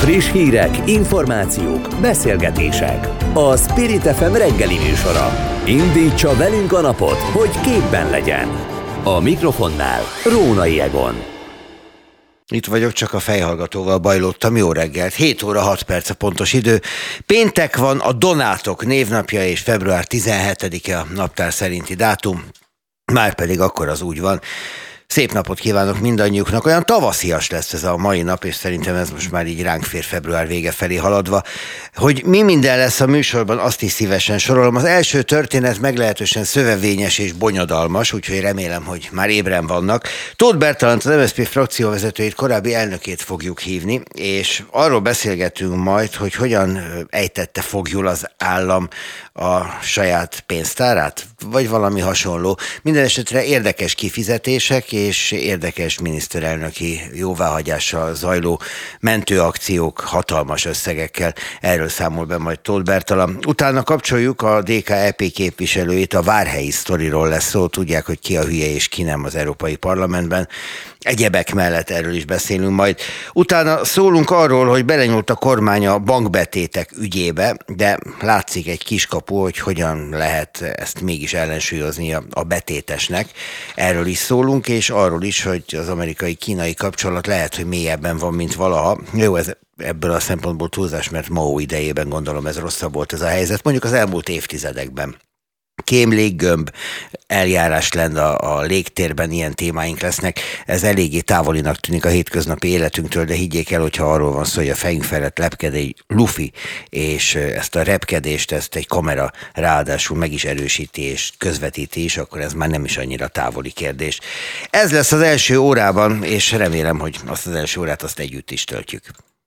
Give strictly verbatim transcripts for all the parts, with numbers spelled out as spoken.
Friss hírek, információk, beszélgetések. A Spirit ef em reggeli műsora. Indítsa velünk a napot, hogy képben legyen. A mikrofonnál Rónai Egon. Itt vagyok, csak a fejhallgatóval bajlottam. Jó reggelt, hét óra hat perc a pontos idő. Péntek van, a Donátok névnapja, és február tizenhetedike a naptár szerinti dátum. Márpedig akkor az úgy van. Szép napot kívánok mindannyiuknak. Olyan tavaszias lesz ez a mai nap, és szerintem ez most már így ránk fér február vége felé haladva. Hogy mi minden lesz a műsorban, azt is szívesen sorolom. Az első történet meglehetősen szövevényes és bonyodalmas, úgyhogy remélem, hogy már ébren vannak. Tóth Bertalant, az em es zé pé frakcióvezetőjét, korábbi elnökét fogjuk hívni, és arról beszélgetünk majd, hogy hogyan ejtette foglyul az állam a saját pénztárát, vagy valami hasonló. Minden esetre érdekes kifizetések és érdekes miniszterelnöki jóváhagyással zajló mentőakciók hatalmas összegekkel. Erről számol be majd Tóth Bertalan. Utána kapcsoljuk a dé ká é pé képviselőit, a várhelyi sztoriról lesz szó, tudják, hogy ki a hülye és ki nem az Európai Parlamentben. Egyebek mellett erről is beszélünk majd. Utána szólunk arról, hogy belenyúlt a kormány a bankbetétek ügyébe, de látszik egy kiskapu, hogy hogyan lehet ezt mégis ellensúlyozni a, a betétesnek. Erről is szólunk, és arról is, hogy az amerikai-kínai kapcsolat lehet, hogy mélyebben van, mint valaha. Jó, ez ebből a szempontból túlzás, mert Mao idejében gondolom ez rosszabb volt ez a helyzet, mondjuk az elmúlt évtizedekben. Kém, gömb, eljárás lenne a, a légtérben, ilyen témáink lesznek. Ez eléggé távolinak tűnik a hétköznapi életünktől, de higgyék el, hogyha arról van szó, hogy a fejünk felett lepked egy lufi, és ezt a repkedést, ezt egy kamera ráadásul meg is erősíti és közvetíti is, akkor ez már nem is annyira távoli kérdés. Ez lesz az első órában, és remélem, hogy azt az első órát azt együtt is töltjük.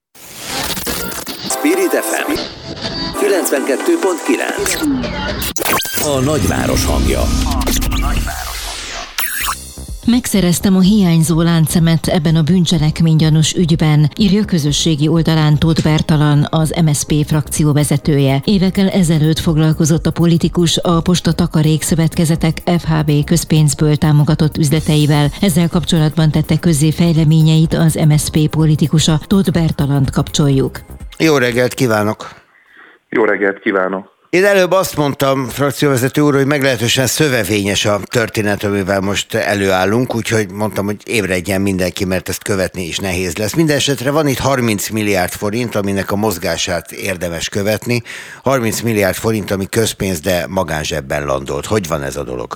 Spirit ef em kilencvenkettő pont kilenc. A nagyváros hangja. Megszereztem a hiányzó láncemet ebben a bűncselekménygyanús ügyben, írja közösségi oldalán Tóth Bertalan, az em es zé pé frakció vezetője. Évekkel ezelőtt foglalkozott a politikus a Posta Takarék Szövetkezetek ef há bé közpénzből támogatott üzleteivel. Ezzel kapcsolatban tette közzé fejleményeit az em es zé pé politikusa. Tóth Bertalant kapcsoljuk. Jó reggelt kívánok! Jó reggelt kívánok! Én előbb azt mondtam, frakcióvezető úr, hogy meglehetősen szövevényes a történet, amivel most előállunk, úgyhogy mondtam, hogy ébredjen mindenki, mert ezt követni is nehéz lesz. Mindenesetre van itt harminc milliárd forint, aminek a mozgását érdemes követni. harminc milliárd forint, ami közpénz, de magánzsebben landolt. Hogy van ez a dolog?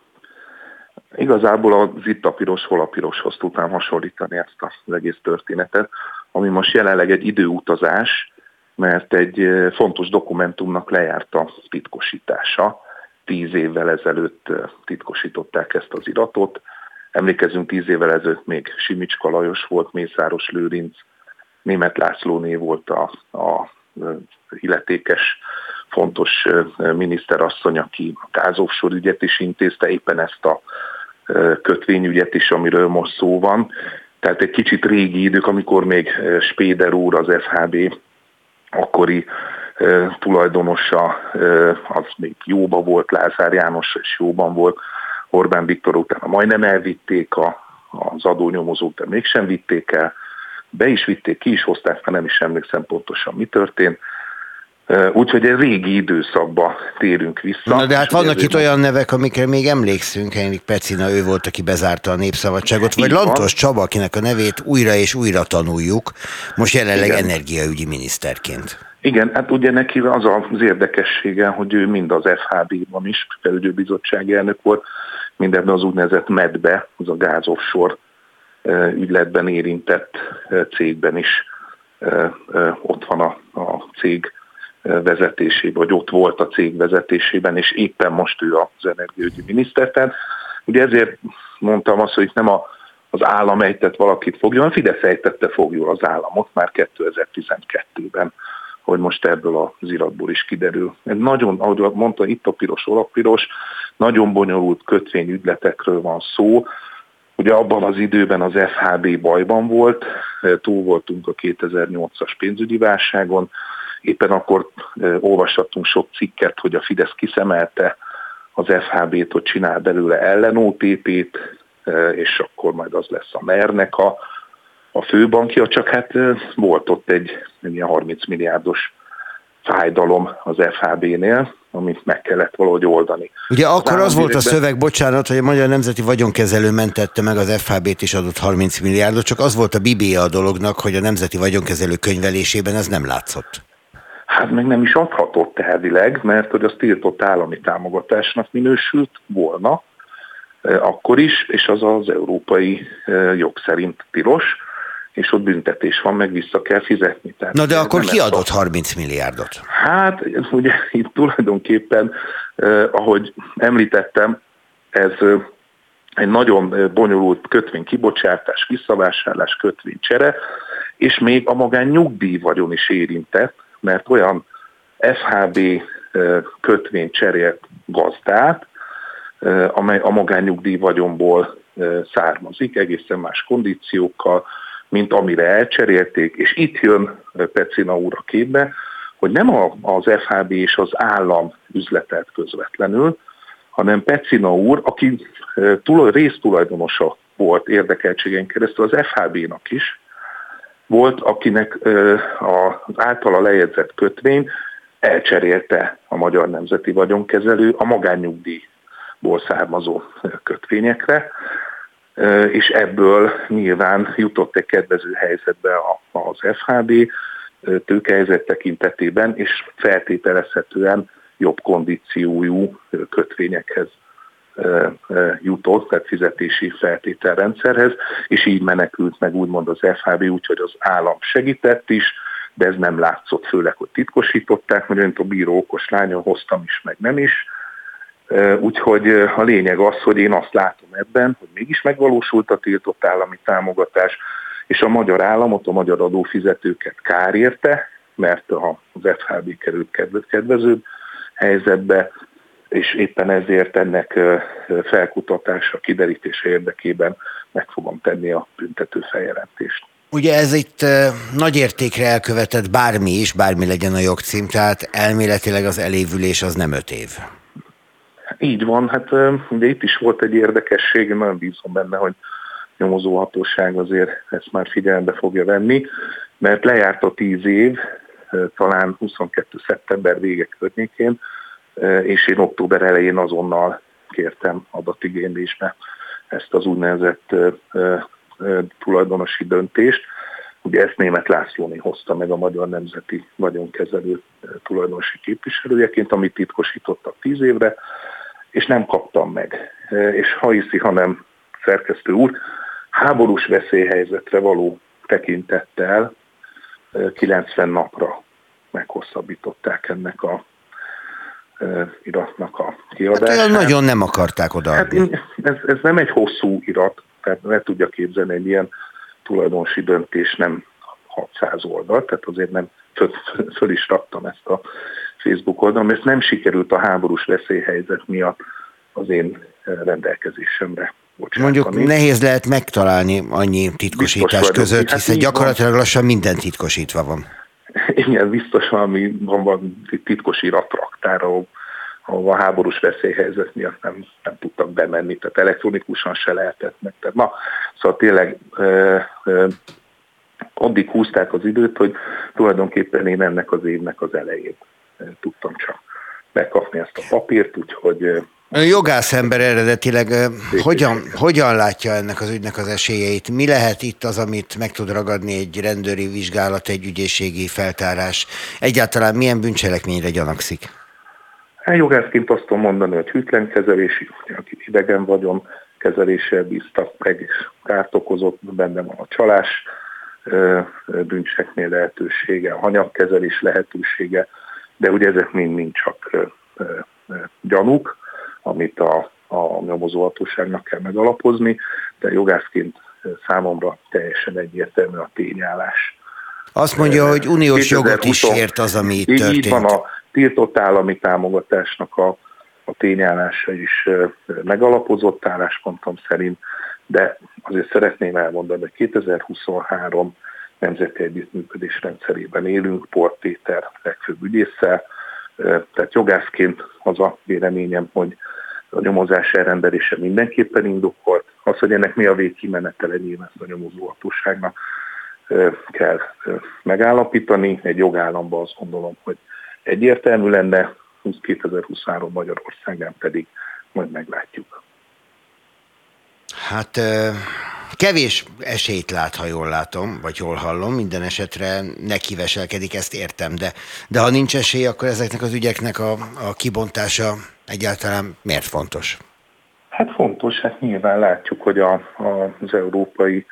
Igazából az itt a piros, hol a piroshoz tudnám hasonlítani ezt az egész történetet, ami most jelenleg egy időutazás, mert egy fontos dokumentumnak lejárt a titkosítása. Tíz évvel ezelőtt titkosították ezt az iratot. Emlékezünk, tíz évvel ezelőtt még Simicska Lajos volt, Mészáros Lőrinc, Németh Lászlóné volt a, a illetékes, fontos miniszterasszony, aki a gázofsor ügyet is intézte, éppen ezt a kötvényügyet is, amiről most szó van. Tehát egy kicsit régi idők, amikor még Spéder úr, az ef há bé akkori e, tulajdonosa, e, az még jóban volt, Lázár János és jóban volt, Orbán Viktor utána majdnem elvitték a, az adónyomozók, de mégsem vitték el, be is vitték, ki is hozták, mert nem is emlékszem pontosan, mi történt. E, úgyhogy egy régi időszakba térünk vissza. Na de hát vannak itt olyan nevek, amikre még emlékszünk, Henrik Pecina, ő volt, aki bezárta a Népszabadságot, vagy Lantos Csaba, akinek a nevét újra és újra tanuljuk, most jelenleg igen, energiaügyi miniszterként. Igen, hát ugye neki az az érdekessége, hogy ő mind az ef há bé-ban is felügyelőbizottsági elnök volt, mindebben az úgynevezett medbe, az a gáz offshore ügyletben érintett cégben is ott van a, a cég vezetésében, vagy ott volt a cég vezetésében, és éppen most ő az energiaügyi miniszter. Tehát ugye ezért mondtam azt, hogy nem a, az állam ejtett valakit fogjon, a Fidesz ejtette fogjon az államot már kétezer-tizenkettőben, hogy most ebből az iratból is kiderül. Nagyon, ahogy mondta, itt a piros, hol a piros, nagyon bonyolult kötvényügyletekről van szó. Ugye abban az időben az ef há bé bajban volt, túl voltunk a kétezer-nyolcas pénzügyi válságon, éppen akkor olvashattunk sok cikket, hogy a Fidesz kiszemelte az ef há bé-t, hogy csinál belőle ellen-o té pét, és akkor majd az lesz a mernek a a főbankja, csak hát volt ott egy, egy ilyen harminc milliárdos fájdalom az ef há bé-nél, amit meg kellett valahogy oldani. Ugye akkor az, az volt a szöveg, bocsánat, hogy a Magyar Nemzeti Vagyonkezelő mentette meg az ef há bé-t és adott harminc milliárdot, csak az volt a bibéje a dolognak, hogy a Nemzeti Vagyonkezelő könyvelésében ez nem látszott. Hát meg nem is adhatott elvileg, mert hogy az tiltott állami támogatásnak minősült volna akkor is, és az az európai jog szerint tilos, és ott büntetés van, meg vissza kell fizetni. Tehát na de akkor ki adott harminc milliárdot? Hát ugye itt tulajdonképpen, eh, ahogy említettem, ez eh, egy nagyon bonyolult kötvénykibocsátás, visszavásárlás, kötvénycsere, és még a magán nyugdíjvagyon is érintett, mert olyan ef há bé eh, kötvény cserélt gazdát, eh, amely a magánnyugdíjvagyonból eh, származik, egészen más kondíciókkal, mint amire elcserélték, és itt jön Pecina úr a képbe, hogy nem az ef há bé és az állam üzletelt közvetlenül, hanem Pecina úr, aki résztulajdonosa volt érdekeltségen keresztül az ef há bé-nak is, volt, akinek az általa lejegyzett kötvény elcserélte a Magyar Nemzeti Vagyonkezelő a magánnyugdíjból származó kötvényekre, és ebből nyilván jutott egy kedvező helyzetbe az ef há bé tőkehelyzet tekintetében, és feltételezhetően jobb kondíciójú kötvényekhez jutott, tehát fizetési feltételrendszerhez, és így menekült meg úgymond az ef há bé, úgyhogy az állam segített is, de ez nem látszott, főleg, hogy titkosították, mert a bíró okos lánya, hoztam is, meg nem is. Úgyhogy a lényeg az, hogy én azt látom ebben, hogy mégis megvalósult a tiltott állami támogatás, és a magyar államot, a magyar adófizetőket kár érte, mert az ef há bé került kedvezőbb helyzetbe, és éppen ezért ennek felkutatása, kiderítése érdekében meg fogom tenni a büntető feljelentést. Ugye ez itt nagy értékre elkövetett bármi is, bármi legyen a jogcím, tehát elméletileg az elévülés az nem öt év. Így van, hát ugye itt is volt egy érdekesség, én nagyon bízom benne, hogy nyomozóhatóság azért ezt már figyelembe fogja venni, mert lejárt a tíz év, talán huszonkettő szeptember vége környékén, és én október elején azonnal kértem adatigénylésbe ezt az úgynevezett tulajdonosi döntést. Ugye ezt Németh Lászlóné hozta meg a Magyar Nemzeti Vagyonkezelő tulajdonosi képviselőjeként, amit titkosítottak tíz évre, és nem kaptam meg. És ha hiszi, hanem szerkesztő úr, háborús veszélyhelyzetre való tekintettel kilencven napra meghosszabbították ennek a iratnak a kiadását. Hát nagyon nem akarták odaadni. Hát ez, ez nem egy hosszú irat, tehát ne tudja képzelni, egy ilyen tulajdonosi döntés nem hatszáz oldal, tehát azért nem föl, föl is raktam ezt a Facebook oldalon, mert nem sikerült a háborús veszélyhelyzet miatt az én rendelkezésemre bocsánatani. Mondjuk nehéz lehet megtalálni annyi titkosítás között, hát hiszen gyakorlatilag van. Lassan minden titkosítva van. Igen, biztos valami van, van titkos iratraktár, ahol, ahol a háborús veszélyhelyzet miatt nem, nem tudtak bemenni, tehát elektronikusan se lehetett meg. Tehát, na, szóval tényleg ö, ö, addig húzták az időt, hogy tulajdonképpen én ennek az évnek az elején tudtam csak megkapni ezt a papírt, úgyhogy... Ön jogász ember eredetileg, hogyan, hogyan látja ennek az ügynek az esélyeit? Mi lehet itt az, amit meg tud ragadni egy rendőri vizsgálat, egy ügyészségi feltárás? Egyáltalán milyen bűncselekményre gyanakszik? Hát jogászként azt tudom mondani, hogy hűtlenkezelési, akit idegen vagyon kezeléssel bíztak meg, és kárt okozott, benne van a csalás bűncselekmény lehetősége, a hanyagkezelés lehetősége, de ugye ezek mind-mind csak gyanúk, amit a, a nyomozóhatóságnak kell megalapozni, de jogászként számomra teljesen egyértelmű a tényállás. Azt mondja, hogy uniós jogot is ért az, ami itt történt. Így van, a tiltott állami támogatásnak a, a tényállása is megalapozott álláspontom szerint, de azért szeretném elmondani, hogy kétezer-huszonhárom nemzeti együttműködés rendszerében élünk, Port Péter legfőbb ügyésszel, tehát jogászként az a véleményem, hogy a nyomozás elrendelése mindenképpen indokolt. Az, hogy ennek mi a végkimenetele nyilván a nyomozóhatóságnak kell megállapítani. Egy jogállamban azt gondolom, hogy egyértelmű lenne, kétezer-huszonhárom Magyarországán pedig majd meglátjuk. Hát kevés esélyt lát, ha jól látom, vagy jól hallom, minden esetre nekiveselkedik, ezt értem, de, de ha nincs esély, akkor ezeknek az ügyeknek a, a kibontása egyáltalán miért fontos? Hát fontos, hát nyilván látjuk, hogy a, a, az Európai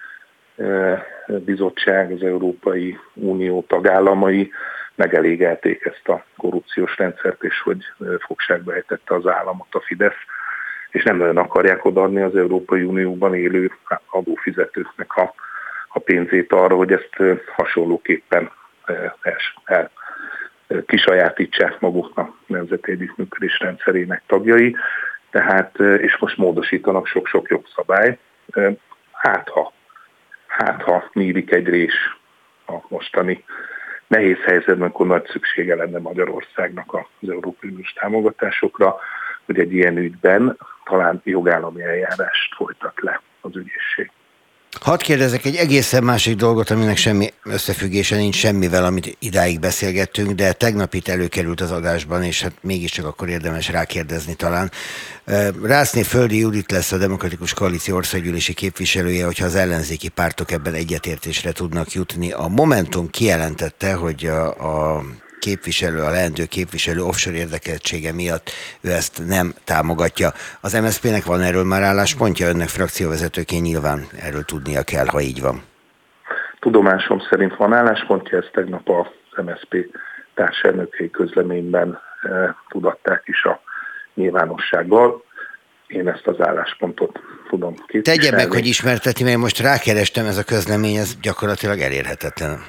Bizottság, az Európai Unió tagállamai megelégelték ezt a korrupciós rendszert, és hogy fogságba ejtette az államot a Fidesz, és nem nagyon akarják odaadni az Európai Unióban élő adófizetőknek a, a pénzét arra, hogy ezt hasonlóképpen el, el, kisajátítsák maguknak nemzeti együttműködés rendszerének tagjai, tehát, és most módosítanak sok-sok jogszabály. Hát ha, hát ha nyílik egy rés a mostani nehéz helyzetben, akkor nagy szüksége lenne Magyarországnak az Európai Uniós támogatásokra, hogy egy ilyen ügyben talán jogállami eljárást folytat le az ügyészség. Hadd kérdezek egy egészen másik dolgot, aminek semmi összefüggése nincs semmivel, amit idáig beszélgettünk, de tegnap itt előkerült az adásban, és hát mégiscsak akkor érdemes rákérdezni talán. Rászné Földi Judit lesz a Demokratikus Koalíció országgyűlési képviselője, hogyha az ellenzéki pártok ebben egyetértésre tudnak jutni. A Momentum kijelentette, hogy a, a képviselő, a leendő képviselő offshore érdekeltsége miatt ő ezt nem támogatja. Az em es zé pének van erről már álláspontja? Önnek frakcióvezetőként nyilván erről tudnia kell, ha így van. Tudomásom szerint van álláspontja, ezt tegnap az em es zé pé társelnökei közleményben e, tudatták is a nyilvánossággal. Én ezt az álláspontot tudom képviselni. Tegye meg, hogy ismerteti, mert most rákerestem, ez a közlemény, ez gyakorlatilag elérhetetlen.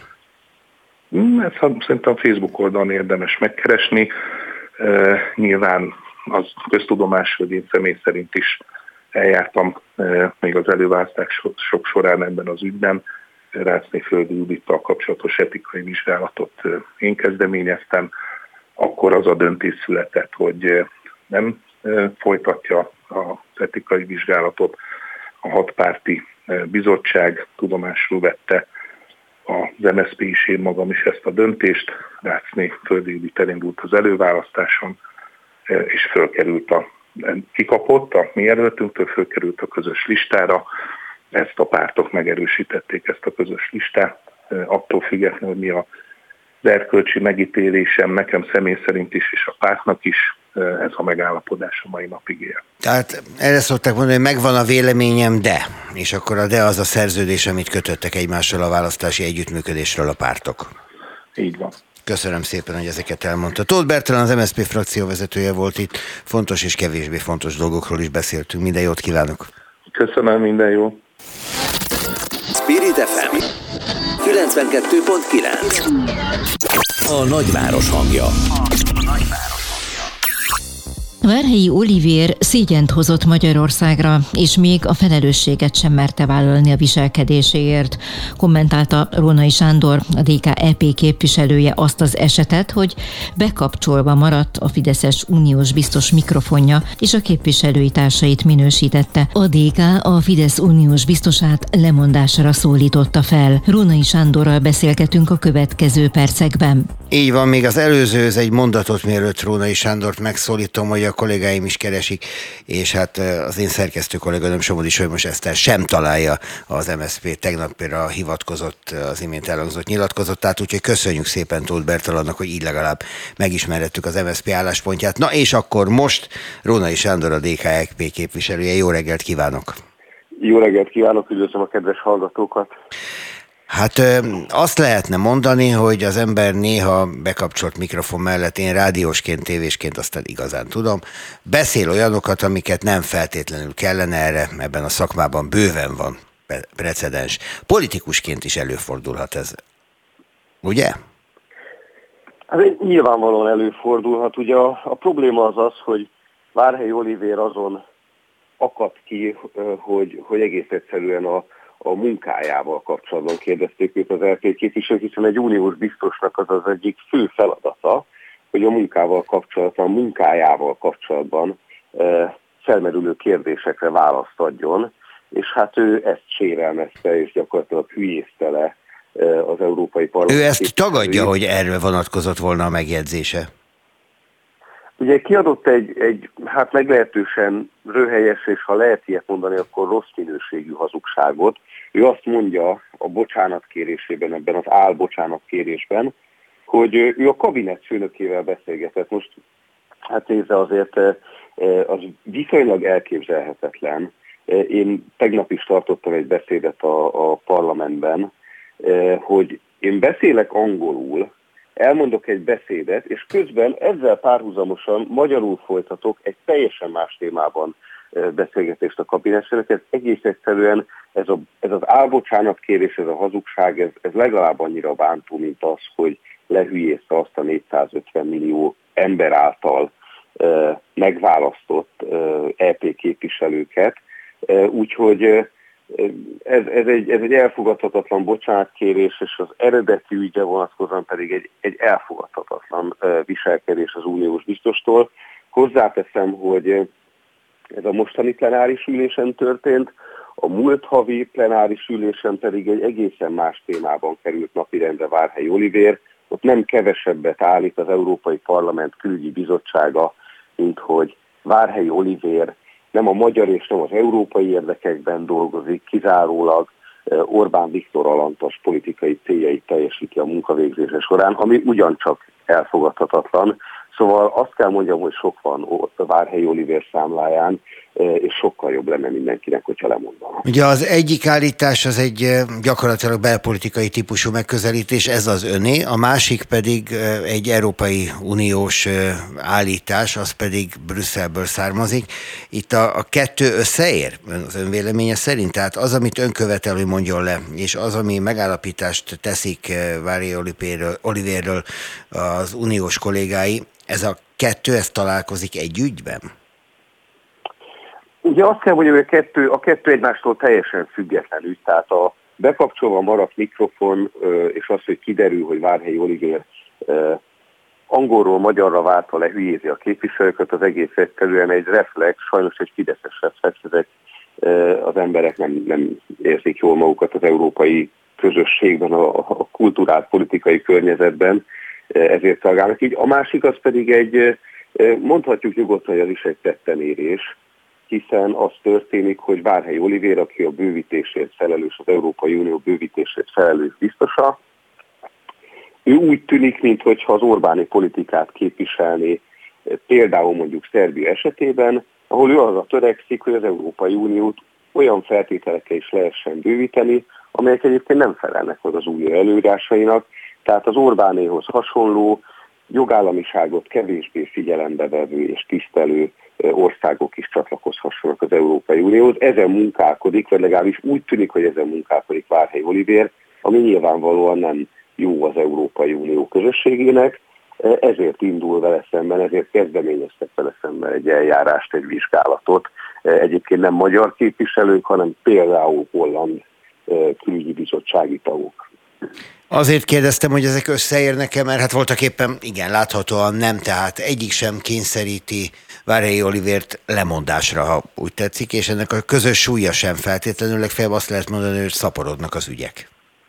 Ezt szerintem a Facebook oldalon érdemes megkeresni. E, nyilván az köztudomás, hogy én személy szerint is eljártam e, még az előválasztás sok során ebben az ügyben. Rászné Földi Judittal kapcsolatos etikai vizsgálatot e, én kezdeményeztem. Akkor az a döntés született, hogy e, nem e, folytatja az etikai vizsgálatot. A hatpárti e, bizottság tudomásul vette, az em es zé pé is, én magam is ezt a döntést. Rászné Földi Judit elindult az előválasztáson, és fölkerült a, kikapott a mi jelöltünktől, fölkerült a közös listára. Ezt a pártok megerősítették, ezt a közös listát. Attól függetlenül, hogy mi az erkölcsi megítélésem, nekem személy szerint is, és a pártnak is, ez a megállapodás a mai napig él. Tehát erre szokták mondani, hogy megvan a véleményem, de, és akkor a de az a szerződés, amit kötöttek egymással a választási együttműködésről a pártok. Így van. Köszönöm szépen, hogy ezeket elmondta. Tóth Bertalan, az em es zé pé frakcióvezetője volt itt. Fontos és kevésbé fontos dolgokról is beszéltünk. Minden jót kívánok! Köszönöm, minden jó! Spirit ef em kilencvenkettő pont kilenc. A nagyváros hangja. Várhelyi Olivér szégyent hozott Magyarországra, és még a felelősséget sem merte vállalni a viselkedéséért. Kommentálta Rónai Sándor, a dé ká é pé képviselője azt az esetet, hogy bekapcsolva maradt a fideszes uniós biztos mikrofonja, és a képviselői társait minősítette. A dé ká a Fidesz uniós biztosát lemondásra szólította fel. Rónai Sándorral beszélgetünk a következő percekben. Így van, még az előzőhöz egy mondatot, mielőtt Rónai Sándort megszólítom, hogy a kollégáim is keresik, és hát az én szerkesztő kolléganőm Somodi Solymos Eszter sem találja az em es zé pé tegnapra hivatkozott, az imént elhangzott nyilatkozatát, úgyhogy köszönjük szépen Tóth Bertalannak, hogy így legalább megismerhettük az em es zé pé álláspontját. Na és akkor most Rónai Sándor, a dé ká é pé képviselője. Jó reggelt kívánok! Jó reggelt kívánok, üdvözlöm a kedves hallgatókat! Hát azt lehetne mondani, hogy az ember néha bekapcsolt mikrofon mellett, én rádiósként, tévésként aztán igazán tudom, beszél olyanokat, amiket nem feltétlenül kellene, erre ebben a szakmában bőven van precedens. Politikusként is előfordulhat ez, ugye? Hát nyilvánvalóan előfordulhat. Ugye a, a probléma az az, hogy Várhelyi Olivér azon akadt ki, hogy, hogy egész egyszerűen a a munkájával kapcsolatban kérdezték őt az er té képviselők, hiszen egy uniós biztosnak az az egyik fő feladata, hogy a munkával kapcsolatban, a munkájával kapcsolatban e, felmerülő kérdésekre választ adjon, és hát ő ezt sérelmezte, és gyakorlatilag hülyézte le az Európai Parlament. Ő ezt tagadja, hogy erről vonatkozott volna a megjegyzése. Ugye kiadott egy, egy hát meglehetősen röhelyes, és ha lehet ilyet mondani, akkor rossz minőségű hazugságot. Ő azt mondja a bocsánatkérésében, ebben az álbocsánatkérésben, hogy ő a kabinett főnökével beszélgetett. Most hát nézze, azért az viszonylag elképzelhetetlen. Én tegnap is tartottam egy beszédet a, a parlamentben, hogy én beszélek angolul, elmondok egy beszédet, és közben ezzel párhuzamosan magyarul folytatok egy teljesen más témában beszélgetést a kabinetfőnök. Ez egész egyszerűen, ez, a, ez az álbocsánatkérés, ez a hazugság, ez, ez legalább annyira bántó, mint az, hogy lehülyézte azt a négyszázötven millió ember által uh, megválasztott uh, é pé képviselőket. Uh, úgyhogy uh, ez, ez, egy, ez egy elfogadhatatlan bocsánatkérés, és az eredeti ügyre vonatkozóan pedig egy, egy elfogadhatatlan uh, viselkedés az uniós biztostól. Hozzáteszem, hogy ez a mostani plenáris ülésen történt, a múlt havi plenáris ülésen pedig egy egészen más témában került napirendre Várhelyi Olivér. Ott nem kevesebbet állít az Európai Parlament Külügyi Bizottsága, mint hogy Várhelyi Olivér nem a magyar és nem az európai érdekekben dolgozik, kizárólag Orbán Viktor alantas politikai céljait teljesíti a munkavégzése során, ami ugyancsak elfogadhatatlan. Szóval azt kell mondjam, hogy sok van ott a Várhelyi Olivér számláján, és sokkal jobb lenne mindenkinek, hogyha lemondana. Ugye az egyik állítás az egy gyakorlatilag belpolitikai típusú megközelítés, ez az öné, a másik pedig egy Európai Uniós állítás, az pedig Brüsszelből származik. Itt a, a kettő összeér az ön véleménye szerint? Tehát az, amit ön követel, hogy mondjon le, és az, ami megállapítást teszik Várhelyi Olivérről az uniós kollégái, ez a kettő, ez találkozik egy ügyben? Ugye azt kell mondjam, hogy a kettő, a kettő egymástól teljesen független ügy, tehát a bekapcsolva maradt mikrofon, és az, hogy kiderül, hogy Várhelyi Olivér angolról magyarra váltva lehülyézi a képviselőket, az egész egyszerűen egy reflex, sajnos egy fideszes reflex, ezek az emberek nem, nem érzik jól magukat az európai közösségben, a, a kulturált politikai környezetben, ezért reagálnak így. A másik az pedig egy, mondhatjuk nyugodtan, hogy az is egy tettenérés, hiszen az történik, hogy Várhelyi Olivér, aki a bővítésért felelős, az Európai Unió bővítésért felelős biztosa, ő úgy tűnik, mintha az Orbáni politikát képviselné, például mondjuk Szerbia esetében, ahol ő arra törekszik, hogy az Európai Uniót olyan feltételekkel is lehessen bővíteni, amelyek egyébként nem felelnek meg az unió előírásainak, tehát az Orbánéhoz hasonló, jogállamiságot kevésbé figyelembe vevő és tisztelő országok is csatlakozhassanak az Európai Unióhoz. Ezen munkálkodik, vagy legalábbis úgy tűnik, hogy ezen munkálkodik Várhelyi Olivér, ami nyilvánvalóan nem jó az Európai Unió közösségének, ezért indul vele szemben, ezért kezdeményeztek vele szemben egy eljárást, egy vizsgálatot. Egyébként nem magyar képviselők, hanem például holland külügyi bizottsági tagok. Azért kérdeztem, hogy ezek összeérnek-e, mert hát voltak éppen, igen, láthatóan nem, tehát egyik sem kényszeríti Várhelyi Olivért lemondásra, ha úgy tetszik, és ennek a közös súlya sem feltétlenül, legfeljebb azt lehet mondani, hogy szaporodnak az ügyek.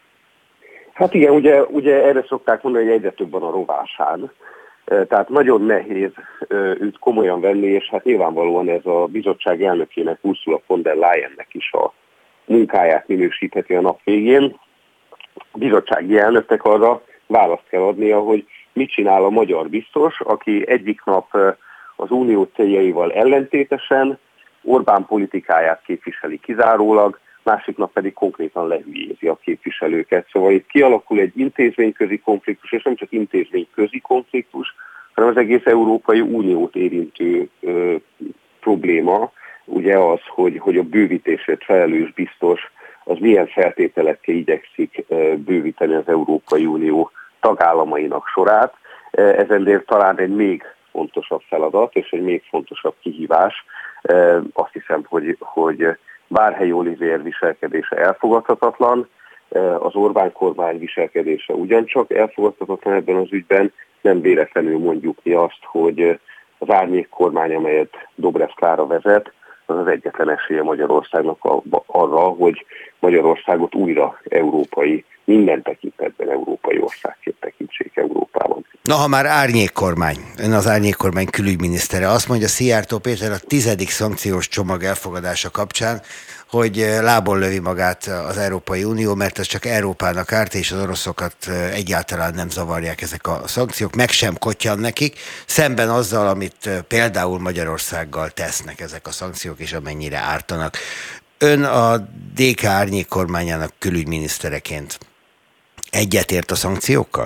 Hát igen, ugye, ugye erre szokták mondani, hogy egyre több van a rovásán, tehát nagyon nehéz őt komolyan venni, és hát nyilvánvalóan ez a bizottság elnökének, Ursula von der Leyennek is a munkáját minősítheti a nap végén. A bizottsági elnöknek arra választ kell adnia, hogy mit csinál a magyar biztos, aki egyik nap az unió céljaival ellentétesen Orbán politikáját képviseli kizárólag, másik nap pedig konkrétan lehülyézi a képviselőket. Szóval itt kialakul egy intézményközi konfliktus, és nem csak intézményközi konfliktus, hanem az egész Európai Uniót érintő ö, probléma, ugye az, hogy, hogy a bővítésért felelős biztos az milyen feltételekkel igyekszik bővíteni az Európai Unió tagállamainak sorát. Ezért talán egy még fontosabb feladat és egy még fontosabb kihívás. Azt hiszem, hogy, hogy Várhelyi Olivér viselkedése elfogadhatatlan, az Orbán kormány viselkedése ugyancsak elfogadhatatlan ebben az ügyben. Nem véletlenül mondjuk mi azt, hogy az árnyék kormány, amelyet Dobrev Klára vezet, az az egyetlen esélye Magyarországnak arra, hogy Magyarországot újra európai minden tekintetben európai országként tekintsék Európában. Na, ha már árnyékkormány, ön az árnyékkormány külügyminisztere, azt mondja Szijjártó Péter a tizedik szankciós csomag elfogadása kapcsán, hogy lábon lövi magát az Európai Unió, mert ez csak Európának árt, és az oroszokat egyáltalán nem zavarják ezek a szankciók, meg sem kottyan nekik, szemben azzal, amit például Magyarországgal tesznek ezek a szankciók, és amennyire ártanak. Ön a dé ká árnyékkormányának külügyminisztereként egyetért a szankciókkal?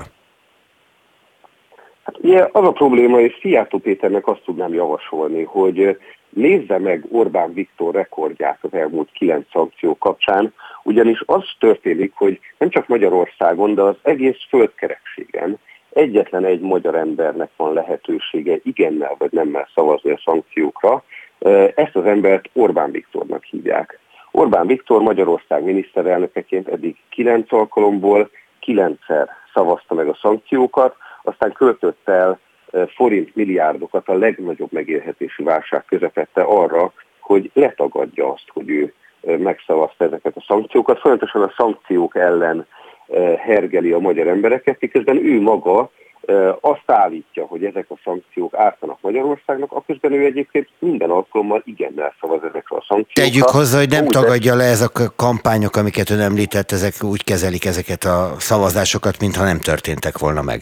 Hát ugye az a probléma, és Szijjártó Péternek azt tudnám javasolni, hogy nézze meg Orbán Viktor rekordját az elmúlt kilenc szankció kapcsán, ugyanis az történik, hogy nem csak Magyarországon, de az egész földkerekségen egyetlen egy magyar embernek van lehetősége igennel vagy nemmel szavazni a szankciókra. Ezt az embert Orbán Viktornak hívják. Orbán Viktor Magyarország miniszterelnökeként eddig kilenc alkalomból kilencszer szavazta meg a szankciókat, aztán költött el forint milliárdokat a legnagyobb megélhetési válság közepette arra, hogy letagadja azt, hogy ő megszavazta ezeket a szankciókat. Folyamatosan a szankciók ellen hergeli a magyar embereket, miközben ő maga azt állítja, hogy ezek a szankciók ártanak Magyarországnak, aközben ő egyébként minden alkalommal igennel szavaz ezekre a szankciókra. Tegyük hozzá, hogy nem úgy tagadja le ezek a kampányok, amiket ön említett, ezek úgy kezelik ezeket a szavazásokat, mintha nem történtek volna meg.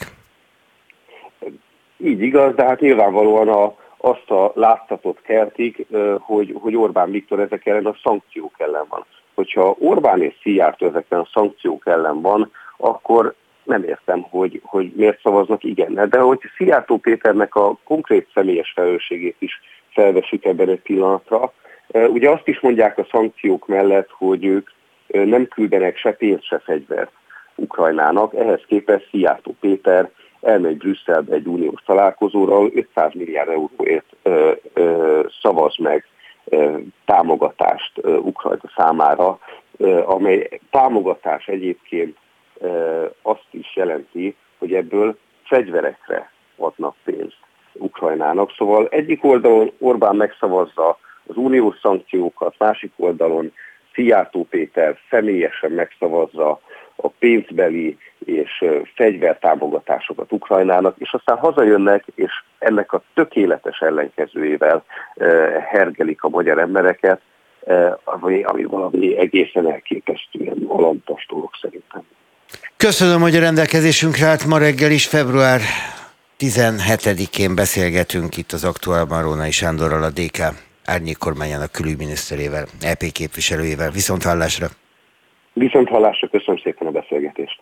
Így igaz, de hát nyilvánvalóan a, azt a látszatot keltik, hogy, hogy Orbán Viktor ezek ellen a szankciók ellen van. Hogyha Orbán és Szijjártó ezeken a szankciók ellen van, akkor nem értem, hogy, hogy miért szavaznak igennel. De hogy Szijjártó Péternek a konkrét személyes felelősségét is felvessük ebben egy pillanatra. Ugye azt is mondják a szankciók mellett, hogy ők nem küldenek se pénzt, se fegyvert Ukrajnának. Ehhez képest Szijjártó Péter elmegy Brüsszelbe egy uniós találkozóra, ahol ötszáz milliárd euróért ö, ö, szavaz meg ö, támogatást ö, Ukrajna számára, ö, amely támogatás egyébként ö, azt is jelenti, hogy ebből fegyverekre adnak pénzt Ukrajnának. Szóval egyik oldalon Orbán megszavazza az uniós szankciókat, másik oldalon Szijjártó Péter személyesen megszavazza a pénzbeli és fegyvertámogatásokat Ukrajnának, és aztán hazajönnek, és ennek a tökéletes ellenkezőjével hergelik a magyar embereket, ami, ami valami egészen elképesztően alantas dolog szerintem. Köszönöm, hogy a rendelkezésünkre állt. Ma reggel is, február tizenhetedikén beszélgetünk itt az Aktuálban Rónai Sándorral, a dé ká árnyékkormányának külügyminiszterével, é pé képviselőjével. Viszonthallásra! Viszonthallásra, köszönöm szépen a beszélgetést!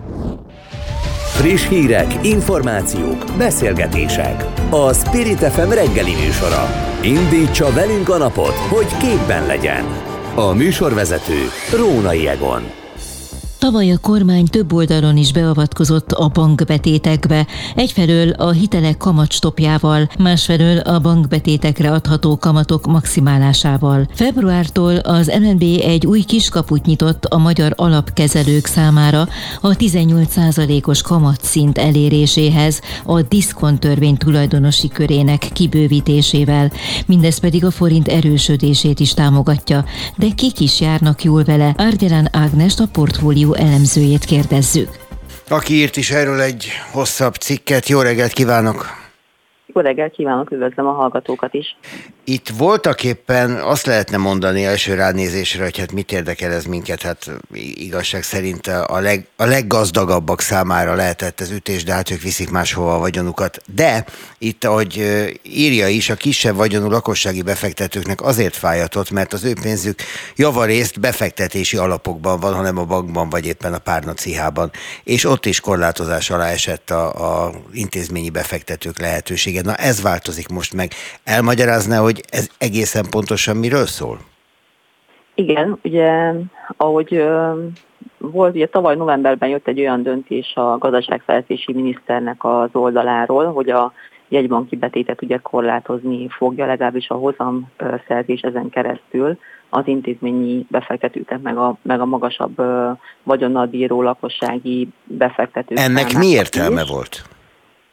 Friss hírek, információk, beszélgetések. A Spirit ef em reggeli műsora. Indítsa velünk a napot, hogy képben legyen. A műsorvezető Rónai Egon. Tavaly a kormány több oldalon is beavatkozott a bankbetétekbe, egyfelől a hitelek kamatstopjával, másfelől a bankbetétekre adható kamatok maximálásával. Februártól az en en bé egy új kiskaput nyitott a magyar alapkezelők számára a tizennyolc százalékos kamatszint eléréséhez, a diszkonttörvény tulajdonosi körének kibővítésével. Mindez pedig a forint erősödését is támogatja. De kik is járnak jól vele? Árgyalán Ágnest, a portfólió elemzőjét kérdezzük. Aki írt is erről egy hosszabb cikket. Jó reggelt kívánok! Jó reggelt kívánok, üdvözlöm a hallgatókat is. Itt voltaképpen azt lehetne mondani első ránézésre, hogy hát mit érdekel ez minket, hát igazság szerint a, leg, a leggazdagabbak számára lehetett ez ütés, de hát ők viszik máshova a vagyonukat. De itt, ahogy írja is, a kisebb vagyonú lakossági befektetőknek azért fájatott, mert az ő pénzük javarészt befektetési alapokban van, hanem a bankban, vagy éppen a párnacihában, és ott is korlátozás alá esett a, a intézményi befektetők lehetősége. Na ez változik most meg. Elmagyarázná, hogy ez egészen pontosan miről szól? Igen, ugye ahogy ö, volt, ugye tavaly novemberben jött egy olyan döntés a gazdaságfejlesztési miniszternek az oldaláról, hogy a jegybanki betétet ugye korlátozni fogja, legalábbis a hozamszerzés ezen keresztül az intézményi befektetőket, meg a, meg a magasabb ö, vagyonnal bíró lakossági befektetők. Ennek mi értelme volt?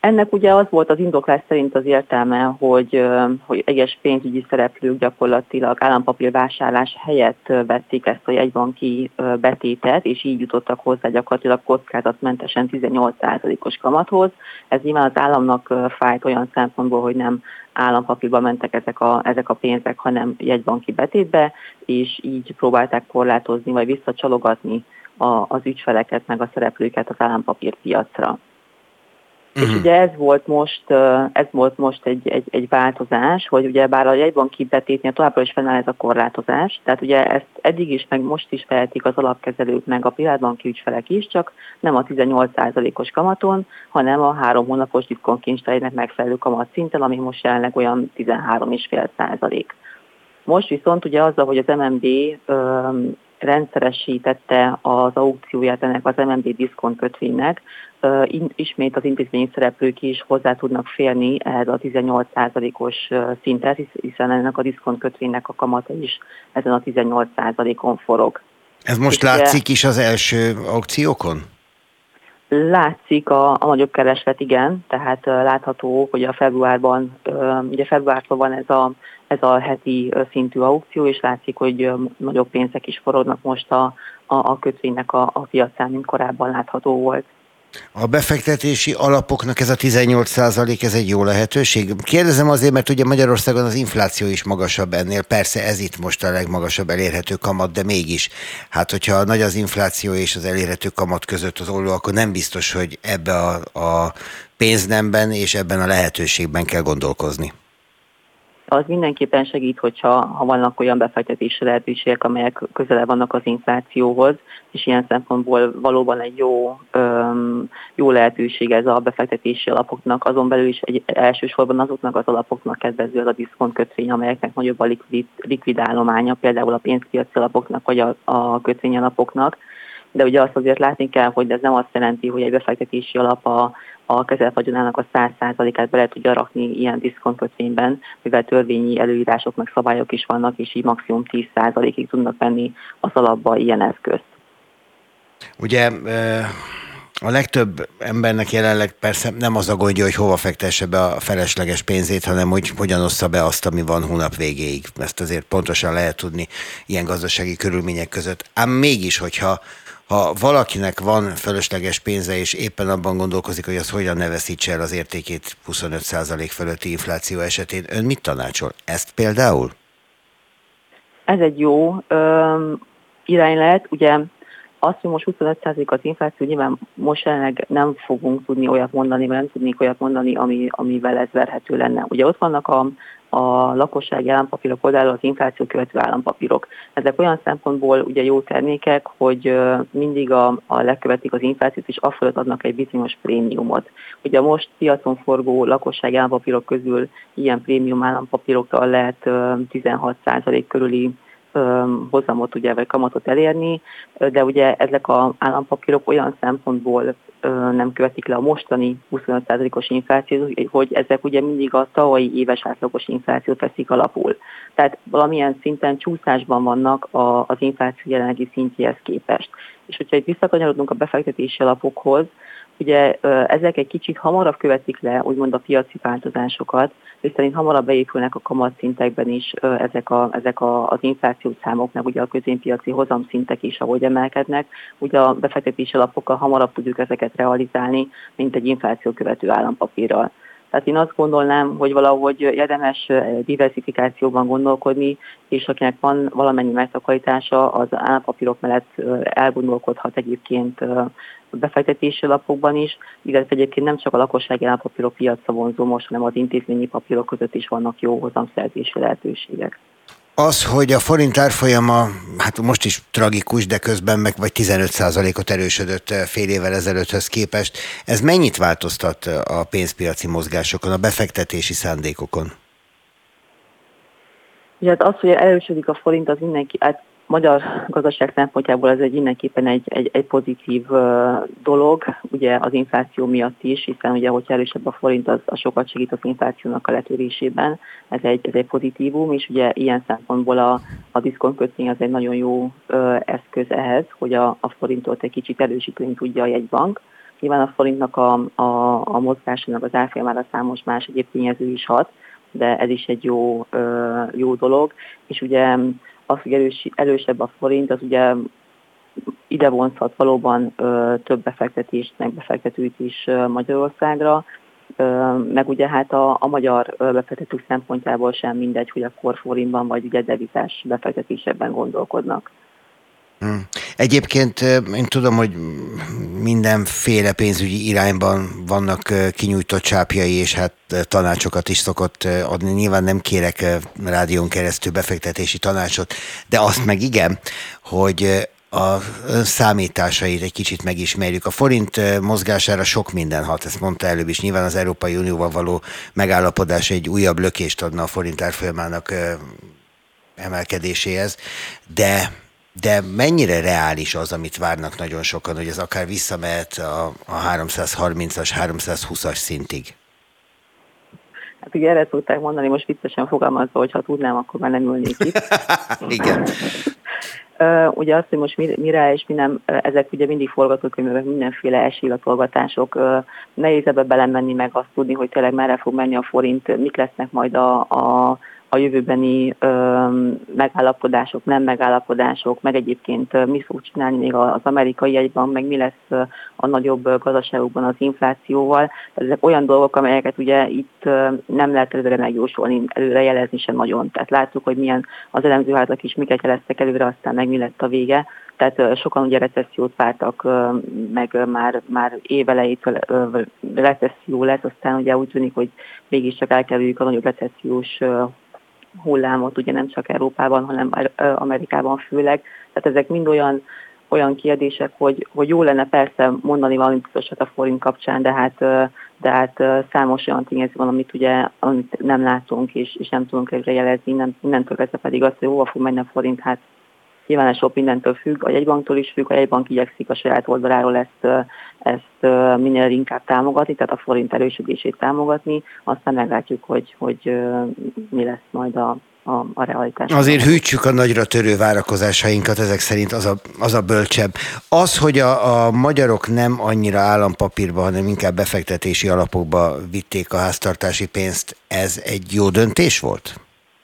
Ennek ugye az volt az indoklás szerint az értelme, hogy, hogy egyes pénzügyi szereplők gyakorlatilag állampapírvásárlás helyett vették ezt a jegybanki betétet, és így jutottak hozzá gyakorlatilag kockázatmentesen tizennyolc százalékos kamathoz. Ez nyilván az államnak fájt olyan szempontból, hogy nem állampapírba mentek ezek a, ezek a pénzek, hanem jegybanki betétbe, és így próbálták korlátozni vagy visszacsalogatni a, az ügyfeleket meg a szereplőket az állampapírpiacra. Uh-huh. És ugye ez volt most, ez volt most egy, egy, egy változás, hogy ugye bár a jegybanki betétnél továbbra is fennáll ez a korlátozás, tehát ugye ezt eddig is, meg most is vehetik az alapkezelők, meg a privátbanki ügyfelek is, csak nem a tizennyolc százalékos kamaton, hanem a három hónapos diszkontkincstárjegynek megfelelő kamatszinten, ami most jelenleg olyan tizenhárom egész öt százalék. Most viszont ugye azzal, hogy az em en bé öm, rendszeresítette az aukcióját ennek az em en bé diszkont kötvénynek, ismét az intézményi szereplők is hozzá tudnak férni ehhez a tizennyolc százalékos szintet, hiszen ennek a diszkont kötvénynek a kamata is ezen a tizennyolc százalékon forog. Ez most és látszik is az első aukciókon? Látszik a, a nagyobb kereslet, igen, tehát látható, hogy a februárban, ugye februártól van ez a, ez a heti szintű aukció, és látszik, hogy nagyobb pénzek is forognak most a, a, a kötvénynek a, a piacán, mint korábban látható volt. A befektetési alapoknak ez a tizennyolc százalék, ez egy jó lehetőség? Kérdezem azért, mert ugye Magyarországon az infláció is magasabb ennél, persze ez itt most a legmagasabb elérhető kamat, de mégis, hát hogyha nagy az infláció és az elérhető kamat között az olló, akkor nem biztos, hogy ebbe a, a pénznemben és ebben a lehetőségben kell gondolkozni. Az mindenképpen segít, hogyha ha vannak olyan befektetési lehetőségek, amelyek közel vannak az inflációhoz, és ilyen szempontból valóban egy jó, öm, jó lehetőség ez a befektetési alapoknak, azon belül is egy, elsősorban azoknak az alapoknak kedvező az a diszkontkötvény, amelyeknek nagyobb a likvid, likvid állománya, például a pénzpiaci alapoknak vagy a, a kötvényalapoknak. De ugye azt azért látni kell, hogy ez nem azt jelenti, hogy egy befektetési alap a, a kezelt vagyonának a száz százalékát bele tudja rakni ilyen diszkontkötvényben, mivel törvényi előírások meg szabályok is vannak, és így maximum tíz százalékig tudnak venni az alapba ilyen eszközt. Ugye a legtöbb embernek jelenleg persze nem az a gondja, hogy hova fektesse be a felesleges pénzét, hanem hogy hogyan ossza be azt, ami van hónap végéig. Ezt azért pontosan lehet tudni ilyen gazdasági körülmények között. Ám mégis, hogyha ha valakinek van fölösleges pénze, és éppen abban gondolkozik, hogy az hogyan ne veszítse el az értékét huszonöt százalék fölötti infláció esetén, ön mit tanácsol? Ezt például? Ez egy jó ö, irány lehet. Ugye azt, hogy most huszonöt százalék az infláció, nyilván most jelenleg nem fogunk tudni olyat mondani, mert nem tudnék olyat mondani, ami, amivel ez verhető lenne. Ugye ott vannak a a lakossági állampapírok oldalról az infláció követő állampapírok. Ezek olyan szempontból ugye jó termékek, hogy mindig a, a lekövetik az inflációt, és afölött adnak egy bizonyos prémiumot. Ugye most piacon forgó lakossági állampapírok közül ilyen prémium állampapírokkal lehet tizenhat százalék körüli hozamot, ugye, vagy kamatot elérni, de ugye ezek az állampapírok olyan szempontból nem követik le a mostani huszonöt százalékos inflációt, hogy ezek ugye mindig a tavalyi éves átlagos inflációt veszik alapul. Tehát valamilyen szinten csúszásban vannak az infláció jelenlegi szintjéhez képest. És hogyha itt visszakanyarodunk a befektetési alapokhoz, ugye ezek egy kicsit hamarabb követik le, úgymond a piaci változásokat, és szerint hamarabb beépülnek a kamatszintekben is ezek, a, ezek a, az inflációs számok, meg ugye a középpiaci hozamszintek is, ahogy emelkednek. Ugye a befektetési alapokkal hamarabb tudjuk ezeket realizálni, mint egy infláció követő állampapírral. Tehát én azt gondolnám, hogy valahogy érdemes diversifikációban gondolkodni, és akinek van valamennyi megtakarítása, az állampapírok mellett elgondolkodhat egyébként befektetési alapokban is, illetve egyébként nem csak a lakossági állampapírok piacra vonzó most, hanem az intézményi papírok között is vannak jó hozamszerzési lehetőségek. Az, hogy a forint árfolyama, hát most is tragikus, de közben meg vagy tizenöt százalékot erősödött fél évvel ezelőtthöz képest, ez mennyit változtat a pénzpiaci mozgásokon, a befektetési szándékokon? Ugye hát az, hogy erősödik a forint, az mindenki, hát magyar gazdaság szempontjából ez egy mindenképpen egy, egy, egy pozitív dolog, ugye az infláció miatt is, hiszen ugye, hogyha erősebb a forint, az, az sokat segít az inflációnak a letörésében, ez egy, ez egy pozitívum, és ugye ilyen szempontból a, a diszkontkötvény az egy nagyon jó ö, eszköz ehhez, hogy a, a forintot egy kicsit erősíteni tudja a jegybank, nyilván a forintnak a, a, a mozgásának az árfolyamára számos más egyéb tényező is hat, de ez is egy jó, jó dolog, és ugye az, hogy erős, erősebb a forint, az ugye ide vonzhat valóban több befektetést, meg befektetőt is Magyarországra, meg ugye hát a, a magyar befektetők szempontjából sem mindegy, hogy akkor forintban vagy ugye devizás befektetésben gondolkodnak. Hmm. Egyébként én tudom, hogy mindenféle pénzügyi irányban vannak kinyújtott csápjai, és hát tanácsokat is szokott adni. Nyilván nem kérek rádión keresztül befektetési tanácsot, de azt meg igen, hogy a számításait egy kicsit megismerjük. A forint mozgására sok minden hat, ezt mondta előbb is. Nyilván az Európai Unióval való megállapodás egy újabb lökést adna a forint árfolyamának emelkedéséhez, de De mennyire reális az, amit várnak nagyon sokan, hogy ez akár visszamehet a, a háromszázharmincas, háromszázhúszas szintig? Hát ugye erre tudták mondani, most viccesen fogalmazva, hogy ha tudnám, akkor már nem ülnék itt. Igen. Uh, ugye azt, hogy most mi, mire és mi nem, ezek ugye mindig forgatókönyvek, mindenféle esélylatolgatások. Uh, nehéz ebbe belemenni, meg azt tudni, hogy tényleg merre fog menni a forint, mik lesznek majd a, a a jövőbeni ö, megállapodások, nem megállapodások, meg egyébként ö, mi fog csinálni még az amerikai jegybank, meg mi lesz ö, a nagyobb gazdaságokban az inflációval. Ezek olyan dolgok, amelyeket ugye itt ö, nem lehet előre megjósolni, előre jelezni sem nagyon. Tehát láttuk, hogy milyen az elemzőházak is miket jeleztek előre, aztán meg mi lett a vége. Tehát ö, sokan ugye recessziót vártak, ö, meg ö, már, már évelejétől ö, recesszió lesz, aztán ugye úgy tűnik, hogy mégiscsak elkerüljük a nagyobb recessziós ö, hullámot, ugye nem csak Európában, hanem Amerikában főleg. Tehát ezek mind olyan, olyan kérdések, hogy, hogy jó lenne persze mondani valamit biztosat a forint kapcsán, de hát, de hát számos olyan tényező van, amit ugye amit nem látunk és, és nem tudunk előre jelezni, nem, mindentől kezdve pedig az, hogy hova fog menni a forint, hát nyilván ez sok mindentől függ, a jegybanktól is függ, a jegybank igyekszik a saját oldaláról ezt, ezt minél inkább támogatni, tehát a forint erősödését támogatni, aztán meglátjuk, hogy, hogy mi lesz majd a, a, a realitás. Azért hűtsük a nagyra törő várakozásainkat, ezek szerint az a, az a bölcsebb. Az, hogy a, a magyarok nem annyira állampapírba, hanem inkább befektetési alapokba vitték a háztartási pénzt, ez egy jó döntés volt?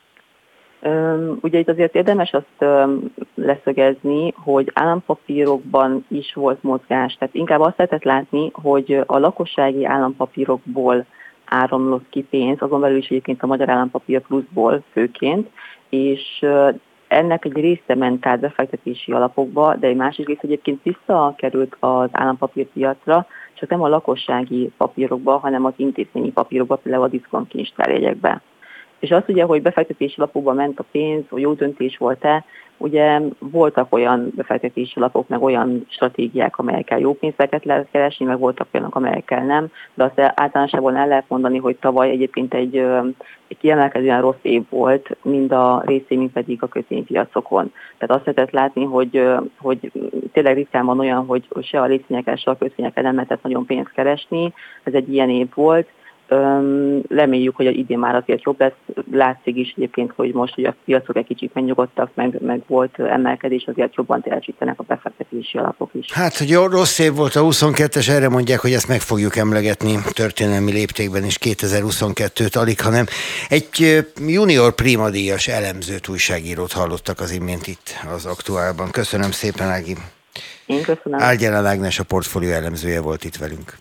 Ugye itt azért érdemes azt leszögezni, hogy állampapírokban is volt mozgás, tehát inkább azt lehetett látni, hogy a lakossági állampapírokból áramlott ki pénz, azon belül is egyébként a magyar állampapír pluszból főként, és ennek egy része ment át befektetési alapokba, de egy másik része egyébként visszakerült az állampapírpiacra, csak nem a lakossági papírokba, hanem az intézményi papírokba, például a diszkontkincstárjegyekbe. És az ugye, hogy befektetési lapokba ment a pénz, hogy jó döntés volt-e, ugye voltak olyan befektetési lapok, meg olyan stratégiák, amelyekkel jó pénzeket lehet keresni, meg voltak olyanok, amelyekkel nem, de azt általánosában el lehet mondani, hogy tavaly egyébként egy, egy kiemelkedően rossz év volt, mind a részén, mind pedig a kötvénypiacokon. Tehát azt lehetett látni, hogy, hogy tényleg ritkán van olyan, hogy se a részvényekkel, se a kötvényekkel nem lehetett nagyon pénzt keresni, ez egy ilyen év volt. Reméljük, hogy idén már azért jobb lesz. Látszik is egyébként, hogy most hogy a piacok egy kicsit megnyugodtak, meg, meg volt emelkedés, azért jobban teljesítenek a befektetési alapok is. Hát, hogy jó, rossz év volt a huszonkettes, erre mondják, hogy ezt meg fogjuk emlegetni történelmi léptékben is kétezer-huszonkettőt, alig, hanem egy junior primadíjas elemzőt, újságírót hallottak az imént itt az Aktuálban. Köszönöm szépen, Ági. Én köszönöm. Álgyelen Ágnes, a portfólió elemzője volt itt velünk.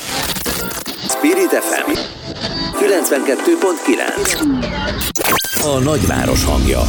Spirit ef em kilencvenkettő pont kilenc. A nagyváros hangja.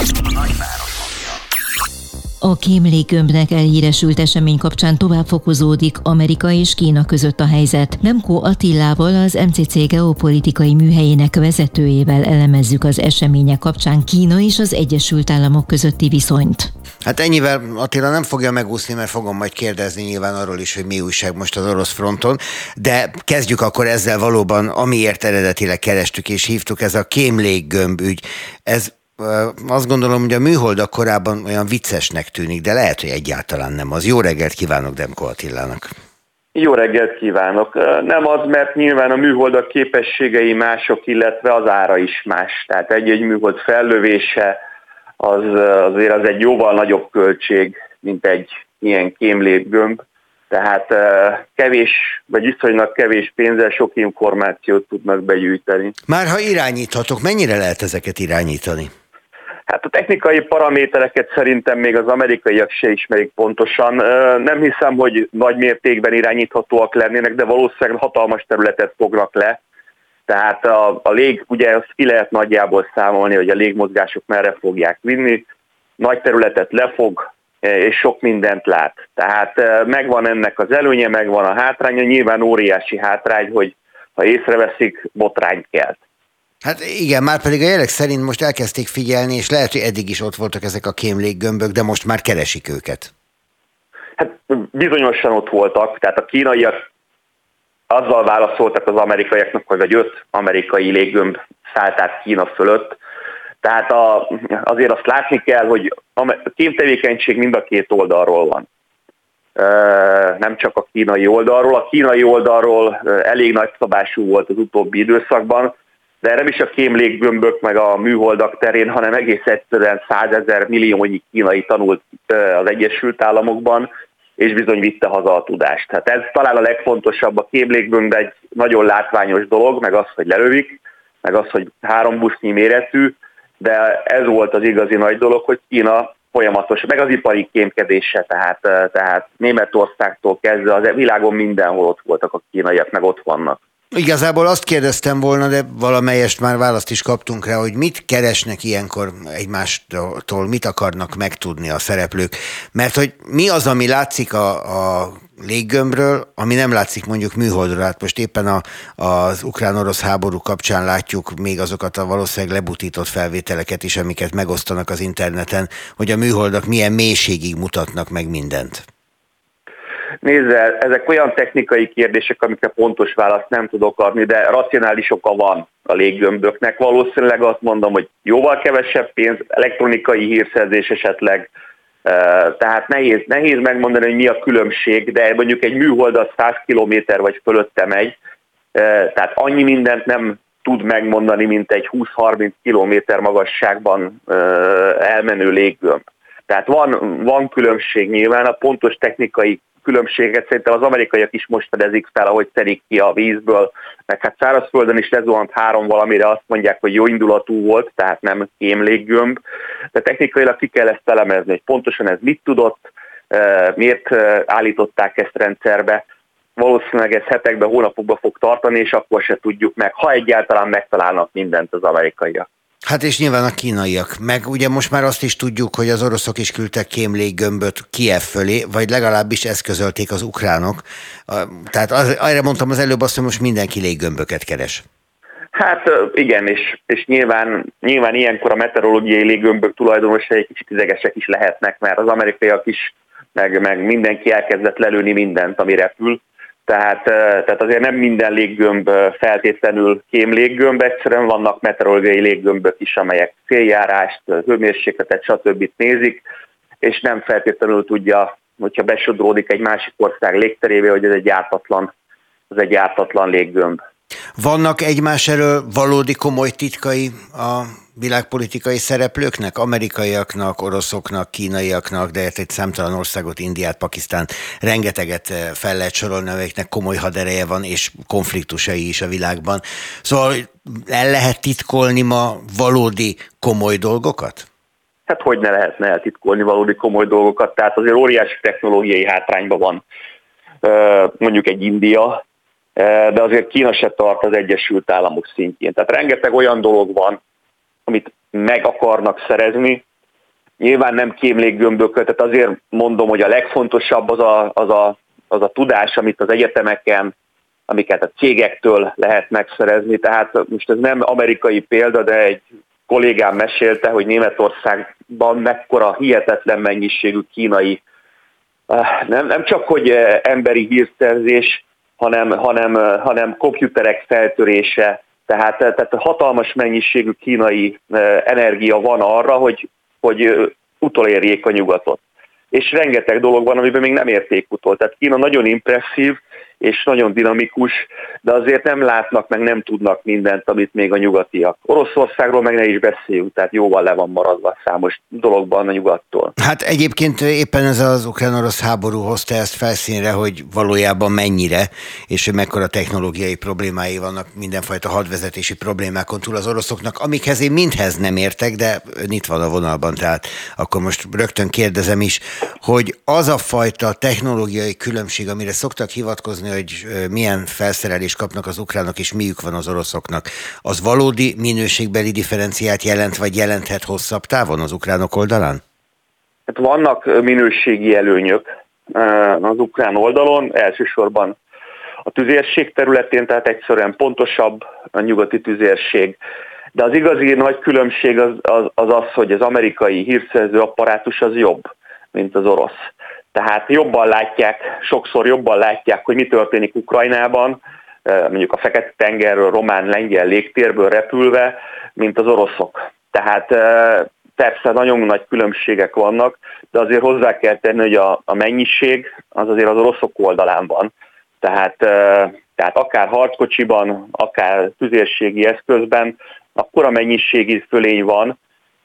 A kémlékgömbnek elhíresült esemény kapcsán tovább fokozódik Amerika és Kína között a helyzet. Nemko Attilával, az em cé cé geopolitikai műhelyének vezetőjével elemezzük az események kapcsán Kína és az Egyesült Államok közötti viszonyt. Hát ennyivel Attila nem fogja megúszni, mert fogom majd kérdezni nyilván arról is, hogy mi újság most az orosz fronton, de kezdjük akkor ezzel valóban, amiért eredetileg kerestük és hívtuk, ez a kémlékgömb ügy. Ez azt gondolom, hogy a műholdak korábban olyan viccesnek tűnik, de lehet, hogy egyáltalán nem az. Jó reggelt kívánok Demko Attilának! Jó reggelt kívánok! Nem az, mert nyilván a műholdak képességei mások, illetve az ára is más. Tehát egy-egy műhold fellövése az azért az egy jóval nagyobb költség, mint egy ilyen kémlékgömb. Tehát kevés, vagy viszonylag kevés pénzzel sok információt tudnak begyűjteni. Már ha irányíthatok, mennyire lehet ezeket irányítani? Hát a technikai paramétereket szerintem még az amerikaiak se ismerik pontosan. Nem hiszem, hogy nagy mértékben irányíthatóak lennének, de valószínűleg hatalmas területet fognak le. Tehát a, a lég, ugye azt ki lehet nagyjából számolni, hogy a légmozgások merre fogják vinni. Nagy területet lefog, és sok mindent lát. Tehát megvan ennek az előnye, megvan a hátránya. Nyilván óriási hátrány, hogy ha észreveszik, botrányt kelt. Hát igen, már pedig a jelek szerint most elkezdték figyelni, és lehet, hogy eddig is ott voltak ezek a kémléggömbök, de most már keresik őket. Hát bizonyosan ott voltak, tehát a kínaiak azzal válaszoltak az amerikaiaknak, hogy vagy öt amerikai léggömb szállt át Kína fölött. Tehát a, azért azt látni kell, hogy a kémtevékenység mind a két oldalról van. Nem csak a kínai oldalról. A kínai oldalról elég nagyszabású volt az utóbbi időszakban, de nem is a kémléggömbök meg a műholdak terén, hanem egész egyszerűen százezer milliónyi kínai tanult az Egyesült Államokban, és bizony vitte haza a tudást. Tehát ez talán a legfontosabb, a kémléggömb egy nagyon látványos dolog, meg az, hogy lelövik, meg az, hogy három busznyi méretű, de ez volt az igazi nagy dolog, hogy Kína folyamatos, meg az ipari kémkedése, tehát, tehát Németországtól kezdve az világon mindenhol ott voltak a kínaiak, meg ott vannak. Igazából azt kérdeztem volna, de valamelyest már választ is kaptunk rá, hogy mit keresnek ilyenkor egymástól, mit akarnak megtudni a szereplők. Mert hogy mi az, ami látszik a, a léggömbről, ami nem látszik mondjuk műholdról. Hát most éppen a, az ukrán-orosz háború kapcsán látjuk még azokat a valószínűleg lebutított felvételeket is, amiket megosztanak az interneten, hogy a műholdak milyen mélységig mutatnak meg mindent. Nézd, ezek olyan technikai kérdések, amikre pontos választ nem tudok adni, de racionális oka van a léggömböknek. Valószínűleg azt mondom, hogy jóval kevesebb pénz, elektronikai hírszerzés esetleg, tehát nehéz, nehéz megmondani, hogy mi a különbség, de mondjuk egy műhold az száz kilométer vagy fölötte megy, tehát annyi mindent nem tud megmondani, mint egy húsz-harminc kilométer magasságban elmenő léggömb. Tehát van, van különbség nyilván, a pontos technikai különbséget szerintem az amerikaiak is most fedezik fel, ahogy szedik ki a vízből, meg hát szárazföldön is lezuhant három valamire, azt mondják, hogy jó indulatú volt, tehát nem kémléggömb, de technikailag ki kell ezt elemezni, hogy pontosan ez mit tudott, miért állították ezt rendszerbe. Valószínűleg ez hetekben, hónapokban fog tartani, és akkor se tudjuk meg, ha egyáltalán megtalálnak mindent az amerikaiak. Hát és nyilván a kínaiak. Meg ugye most már azt is tudjuk, hogy az oroszok is küldtek kémléggömböt Kijev fölé, vagy legalábbis eszközölték az ukránok. Tehát az, arra mondtam az előbb azt, hogy most mindenki léggömböket keres. Hát igen, és, és nyilván, nyilván ilyenkor a meteorológiai léggömbök tulajdonosai egy kicsit idegesek is lehetnek, mert az amerikaiak is, meg, meg mindenki elkezdett lelőni mindent, ami repül. Tehát, tehát azért nem minden léggömb feltétlenül kémléggömb, egyszerűen vannak meteorológiai léggömbök is, amelyek céljárást, hőmérsékletet, stb. Nézik, és nem feltétlenül tudja, hogyha besodródik egy másik ország légterébe, hogy ez egy ártatlan, ez egy ártatlan léggömb. Vannak egymás elől valódi komoly titkai a világpolitikai szereplőknek, amerikaiaknak, oroszoknak, kínaiaknak, de egy számtalan országot, Indiát, Pakisztánt, rengeteget fel lehet sorolni, amelyeknek komoly hadereje van, és konfliktusai is a világban. Szóval el lehet titkolni ma valódi komoly dolgokat? Hát hogy ne lehetne eltitkolni valódi komoly dolgokat, tehát azért óriási technológiai hátrányban van mondjuk egy India, de azért Kína se tart az Egyesült Államok szintjén. Tehát rengeteg olyan dolog van, amit meg akarnak szerezni. Nyilván nem kémléggömböket, tehát azért mondom, hogy a legfontosabb az a, az, a, az a tudás, amit az egyetemeken, amiket a cégektől lehet megszerezni. Tehát most ez nem amerikai példa, de egy kollégám mesélte, hogy Németországban mekkora hihetetlen mennyiségű kínai, nem, nem csak hogy emberi hírszerzés, hanem, hanem, hanem komputerek feltörése, tehát, tehát hatalmas mennyiségű kínai energia van arra, hogy, hogy utolérjék a nyugatot. És rengeteg dolog van, amiben még nem érték utol. Tehát Kína nagyon impresszív, és nagyon dinamikus, de azért nem látnak, meg nem tudnak mindent, amit még a nyugatiak. Oroszországról meg ne is beszéljünk, tehát jóval le van maradva számos dologban a nyugattól. Hát egyébként éppen ez az ukrán-orosz háború hozta ezt felszínre, hogy valójában mennyire, és hogy mekkora technológiai problémái vannak, mindenfajta hadvezetési problémákon túl az oroszoknak, amikhez én mindhez nem értek, de ön itt van a vonalban, tehát akkor most rögtön kérdezem is, hogy az a fajta technológiai különbség, amire szoktak hivatkozni, hogy milyen felszerelést kapnak az ukránok, és miük van az oroszoknak, az valódi minőségbeli differenciát jelent, vagy jelenthet hosszabb távon az ukránok oldalán? Hát vannak minőségi előnyök az ukrán oldalon, elsősorban a tüzérség területén, tehát egyszerűen pontosabb a nyugati tüzérség. De az igazi nagy különbség az az, az, az hogy az amerikai hírszerző apparátus az jobb, mint az orosz. Tehát jobban látják, sokszor jobban látják, hogy mi történik Ukrajnában, mondjuk a Fekete-tengerről, román-lengyel légtérből repülve, mint az oroszok. Tehát persze nagyon nagy különbségek vannak, de azért hozzá kell tenni, hogy a, a mennyiség az azért az oroszok oldalán van. Tehát, tehát akár harckocsiban, akár tüzérségi eszközben, akkora mennyiségi fölény van,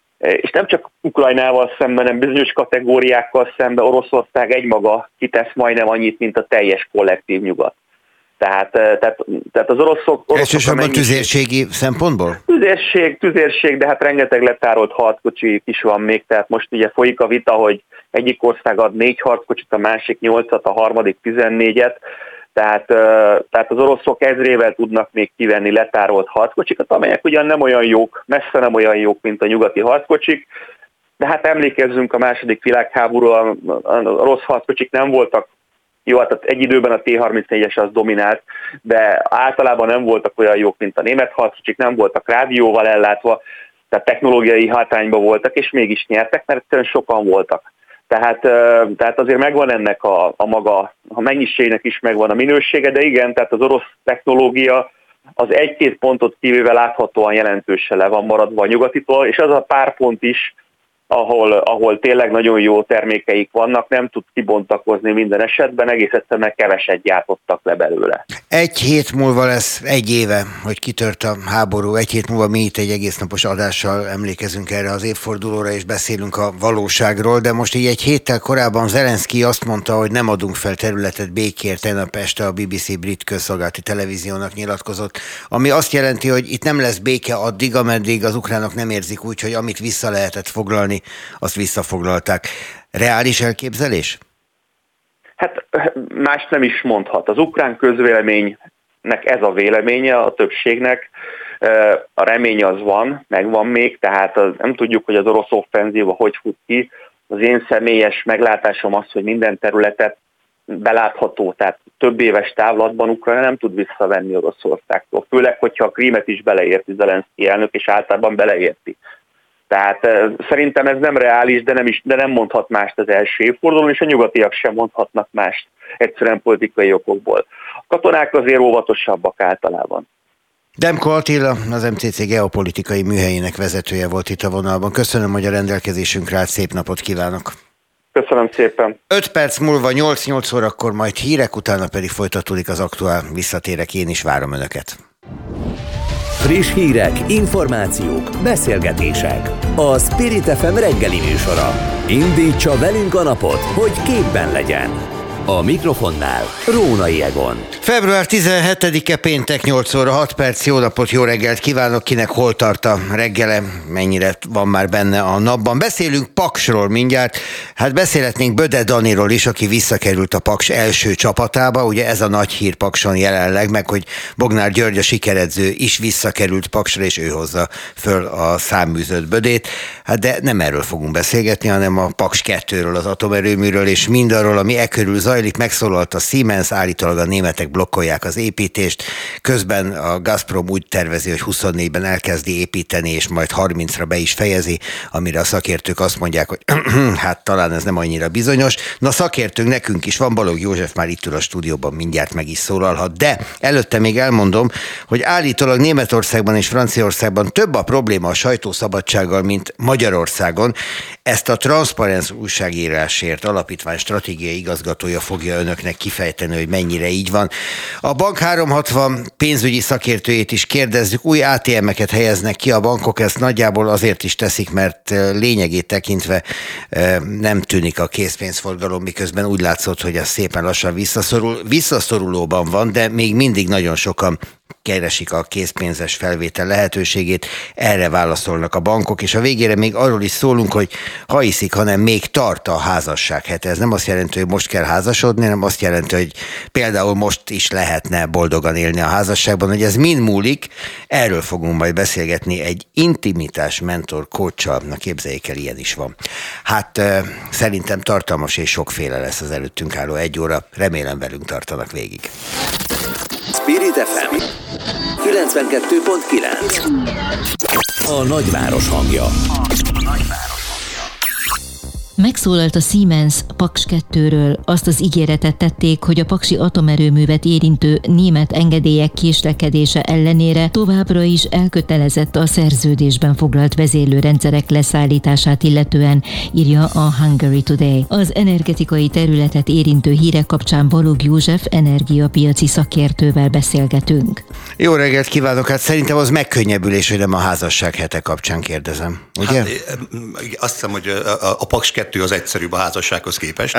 és nem csak Ukrajnával szemben, hanem bizonyos kategóriákkal szemben Oroszország egymaga kitesz majdnem annyit, mint a teljes kollektív nyugat. Tehát, tehát, tehát az oroszok... oroszok elsősorban mennyiség... tüzérségi szempontból? Tüzérség, tüzérség, de hát rengeteg letárolt harckocsi is van még, tehát most ugye folyik a vita, hogy egyik ország ad négy harckocsit, a másik nyolcat, a harmadik tizennégyet, tehát, tehát az oroszok ezrével tudnak még kivenni letárolt harckocsikat, amelyek ugyan nem olyan jók, messze nem olyan jók, mint a nyugati harckocsik, de hát emlékezzünk a második világháborúra, a rossz harckocsik nem voltak, jó, hát egy időben a té harmincnégyes az dominált, de általában nem voltak olyan jók, mint a német harckocsik, nem voltak rádióval ellátva, tehát technológiai hátrányban voltak, és mégis nyertek, mert egyszerűen sokan voltak. Tehát, tehát azért megvan ennek a, a maga, a mennyiségnek is megvan a minősége, de igen, tehát az orosz technológia az egy-két pontot kivéve láthatóan jelentősen le van maradva a nyugatitól, és az a pár pont is, ahol, ahol tényleg nagyon jó termékeik vannak, nem tud kibontakozni minden esetben, egész egyszerűen keveset gyártottak le belőle. Egy hét múlva lesz egy éve, hogy kitört a háború, egy hét múlva mi itt egy egész napos adással emlékezünk erre az évfordulóra, és beszélünk a valóságról, de most így egy héttel korábban Zelenszkij azt mondta, hogy nem adunk fel területet békért, tegnap este a bé bé cé brit közszolgálati televíziónak nyilatkozott, ami azt jelenti, hogy itt nem lesz béke addig, ameddig az ukránok nem érzik úgy, hogy amit vissza lehetett foglalni, azt visszafoglalták. Reális elképzelés? Hát más nem is mondhat. Az ukrán közvéleménynek ez a véleménye, a többségnek. A remény az van, megvan még, tehát az, nem tudjuk, hogy az orosz offenzíva hogy fut ki. Az én személyes meglátásom az, hogy minden területet belátható, tehát több éves távlatban Ukrajna nem tud visszavenni Oroszországtól. Főleg, hogyha a Krímet is beleérti Zelenszkij elnök, és általában beleérti. Tehát szerintem ez nem reális, de nem, is, de nem mondhat mást az első évfordulón, és a nyugatiak sem mondhatnak mást egyszerűen politikai okokból. A katonák azért óvatosabbak általában. Demko Attila, az em cé cé geopolitikai műhelyének vezetője volt itt a vonalban. Köszönöm, hogy a rendelkezésünkre állt, szép napot kívánok! Köszönöm szépen! öt perc múlva nyolc-nyolc órakor majd hírek, utána pedig folytatódik az aktuál. Visszatérek, én is várom Önöket. Friss hírek, információk, beszélgetések. A Spirit ef em reggeli műsora. Indítsa velünk a napot, hogy képben legyen. A mikrofonnál Rónai Egon. február tizenhetedike péntek nyolc óra hat perc, jó napot, jó reggelt kívánok, kinek hol tart a reggele, mennyire van már benne a napban. Beszélünk Paksról mindjárt, hát beszélhetnénk Böde Daniról is, aki visszakerült a Paks első csapatába, ugye ez a nagy hír Pakson jelenleg, meg hogy Bognár György a sikeredző is visszakerült Paksra, és ő hozza föl a számműzött Bödét. Hát de nem erről fogunk beszélgetni, hanem a Paks kettőről, az atomerőműről, és mindarról, ami e körül zajlik. Megszólalt a Siemens, állítólag a németek blokkolják az építést, közben a Gazprom úgy tervezi, hogy huszonnégyben elkezdi építeni, és majd harmincra be is fejezi, amire a szakértők azt mondják, hogy hát talán ez nem annyira bizonyos. Na, szakértőnk nekünk is van, Balogh József már itt ül a stúdióban, mindjárt meg is szólalhat, de előtte még elmondom, hogy állítólag Németországban és Franciaországban több a probléma a sajtószabadsággal, mint Magyarországon. Ezt a Transzparens újságírásért alapítvány stratégiai igazgatója fogja önöknek kifejteni, hogy mennyire így van. A Bank háromszázhatvan pénzügyi szakértőjét is kérdezzük, új á té em-eket helyeznek ki a bankok, ezt nagyjából azért is teszik, mert lényegét tekintve nem tűnik a készpénzforgalom, miközben úgy látszott, hogy az szépen lassan visszaszorul. Visszaszorulóban van, de még mindig nagyon sokan keresik a készpénzes felvétel lehetőségét, erre válaszolnak a bankok, és a végére még arról is szólunk, hogy ha hiszik, hanem még tart a házasság hete. Ez nem azt jelenti, hogy most kell házasodni, hanem azt jelenti, hogy például most is lehetne boldogan élni a házasságban, hogy ez mind múlik, erről fogunk majd beszélgetni egy intimitás mentor coachsal, na képzeljék el, ilyen is van. Hát szerintem tartalmas és sokféle lesz az előttünk álló egy óra, remélem velünk tartanak végig. Spirit ef em kilencvenkettő pont kilenc. A nagyváros hangja. Megszólalt a Siemens Paks kettőről, azt az ígéretet tették, hogy a paksi atomerőművet érintő német engedélyek késlekedése ellenére továbbra is elkötelezett a szerződésben foglalt vezérlőrendszerek leszállítását illetően, írja a Hungary Today. Az energetikai területet érintő hírek kapcsán Balogh József energiapiaci szakértővel beszélgetünk. Jó reggelt kívánok, hát szerintem az megkönnyebbülés, hogy nem a házasság hete kapcsán kérdezem, ugye? Hát, azt hiszem, hogy a, a Paks kettő az egyszerűbb a házassághoz képest.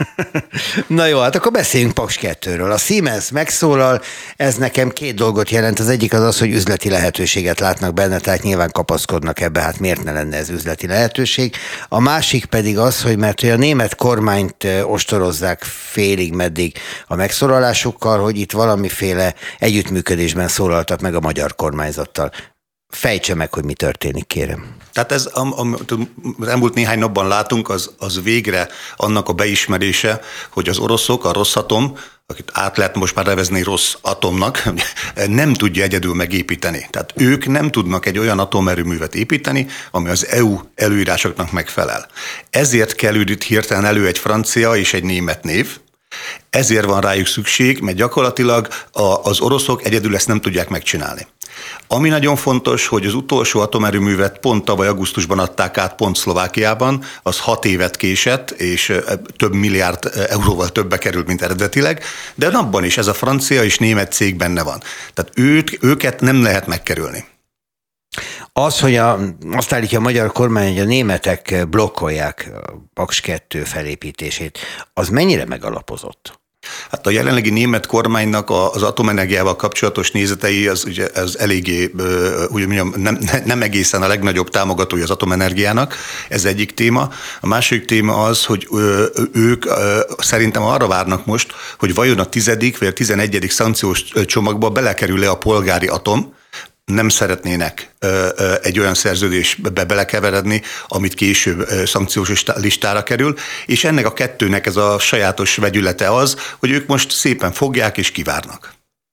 Na jó, hát akkor beszéljünk Paks kettőről. A Siemens megszólal, ez nekem két dolgot jelent. Az egyik az az, hogy üzleti lehetőséget látnak benne, tehát nyilván kapaszkodnak ebbe, hát miért ne lenne ez üzleti lehetőség. A másik pedig az, hogy mert a német kormányt ostorozzák félig meddig a megszólalásukkal, hogy itt valamiféle együttműködésben szólaltak meg a magyar kormányzattal. Fejtse meg, hogy mi történik, kérem. Tehát ez, amit az elmúlt néhány napban látunk, az, az végre annak a beismerése, hogy az oroszok, a Rosatom, akit át lehet most már nevezni rossz atomnak, nem tudja egyedül megépíteni. Tehát ők nem tudnak egy olyan atomerőművet építeni, ami az é u előírásoknak megfelel. Ezért került itt hirtelen elő egy francia és egy német név. Ezért van rájuk szükség, mert gyakorlatilag az oroszok egyedül ezt nem tudják megcsinálni. Ami nagyon fontos, hogy az utolsó atomerőművet pont tavaly augusztusban adták át pont Szlovákiában, az hat évet késett, és több milliárd euróval többbe került, mint eredetileg, de abban is ez a francia és német cég benne van. Tehát őt, őket nem lehet megkerülni. Az, hogy a, azt állítja a magyar kormány, hogy a németek blokkolják a Paks kettő felépítését, az mennyire megalapozott? Hát a jelenlegi német kormánynak az atomenergiával kapcsolatos nézetei az, ugye, az eléggé, úgy mondjam, nem, nem egészen a legnagyobb támogatója az atomenergiának, ez egyik téma. A másik téma az, hogy ők szerintem arra várnak most, hogy vajon a tizedik vagy a tizenegyedik szankciós csomagba belekerül-e a polgári atom, nem szeretnének egy olyan szerződésbe belekeveredni, amit később szankciós listára kerül, és ennek a kettőnek ez a sajátos vegyülete az, hogy ők most szépen fogják és kivárnak.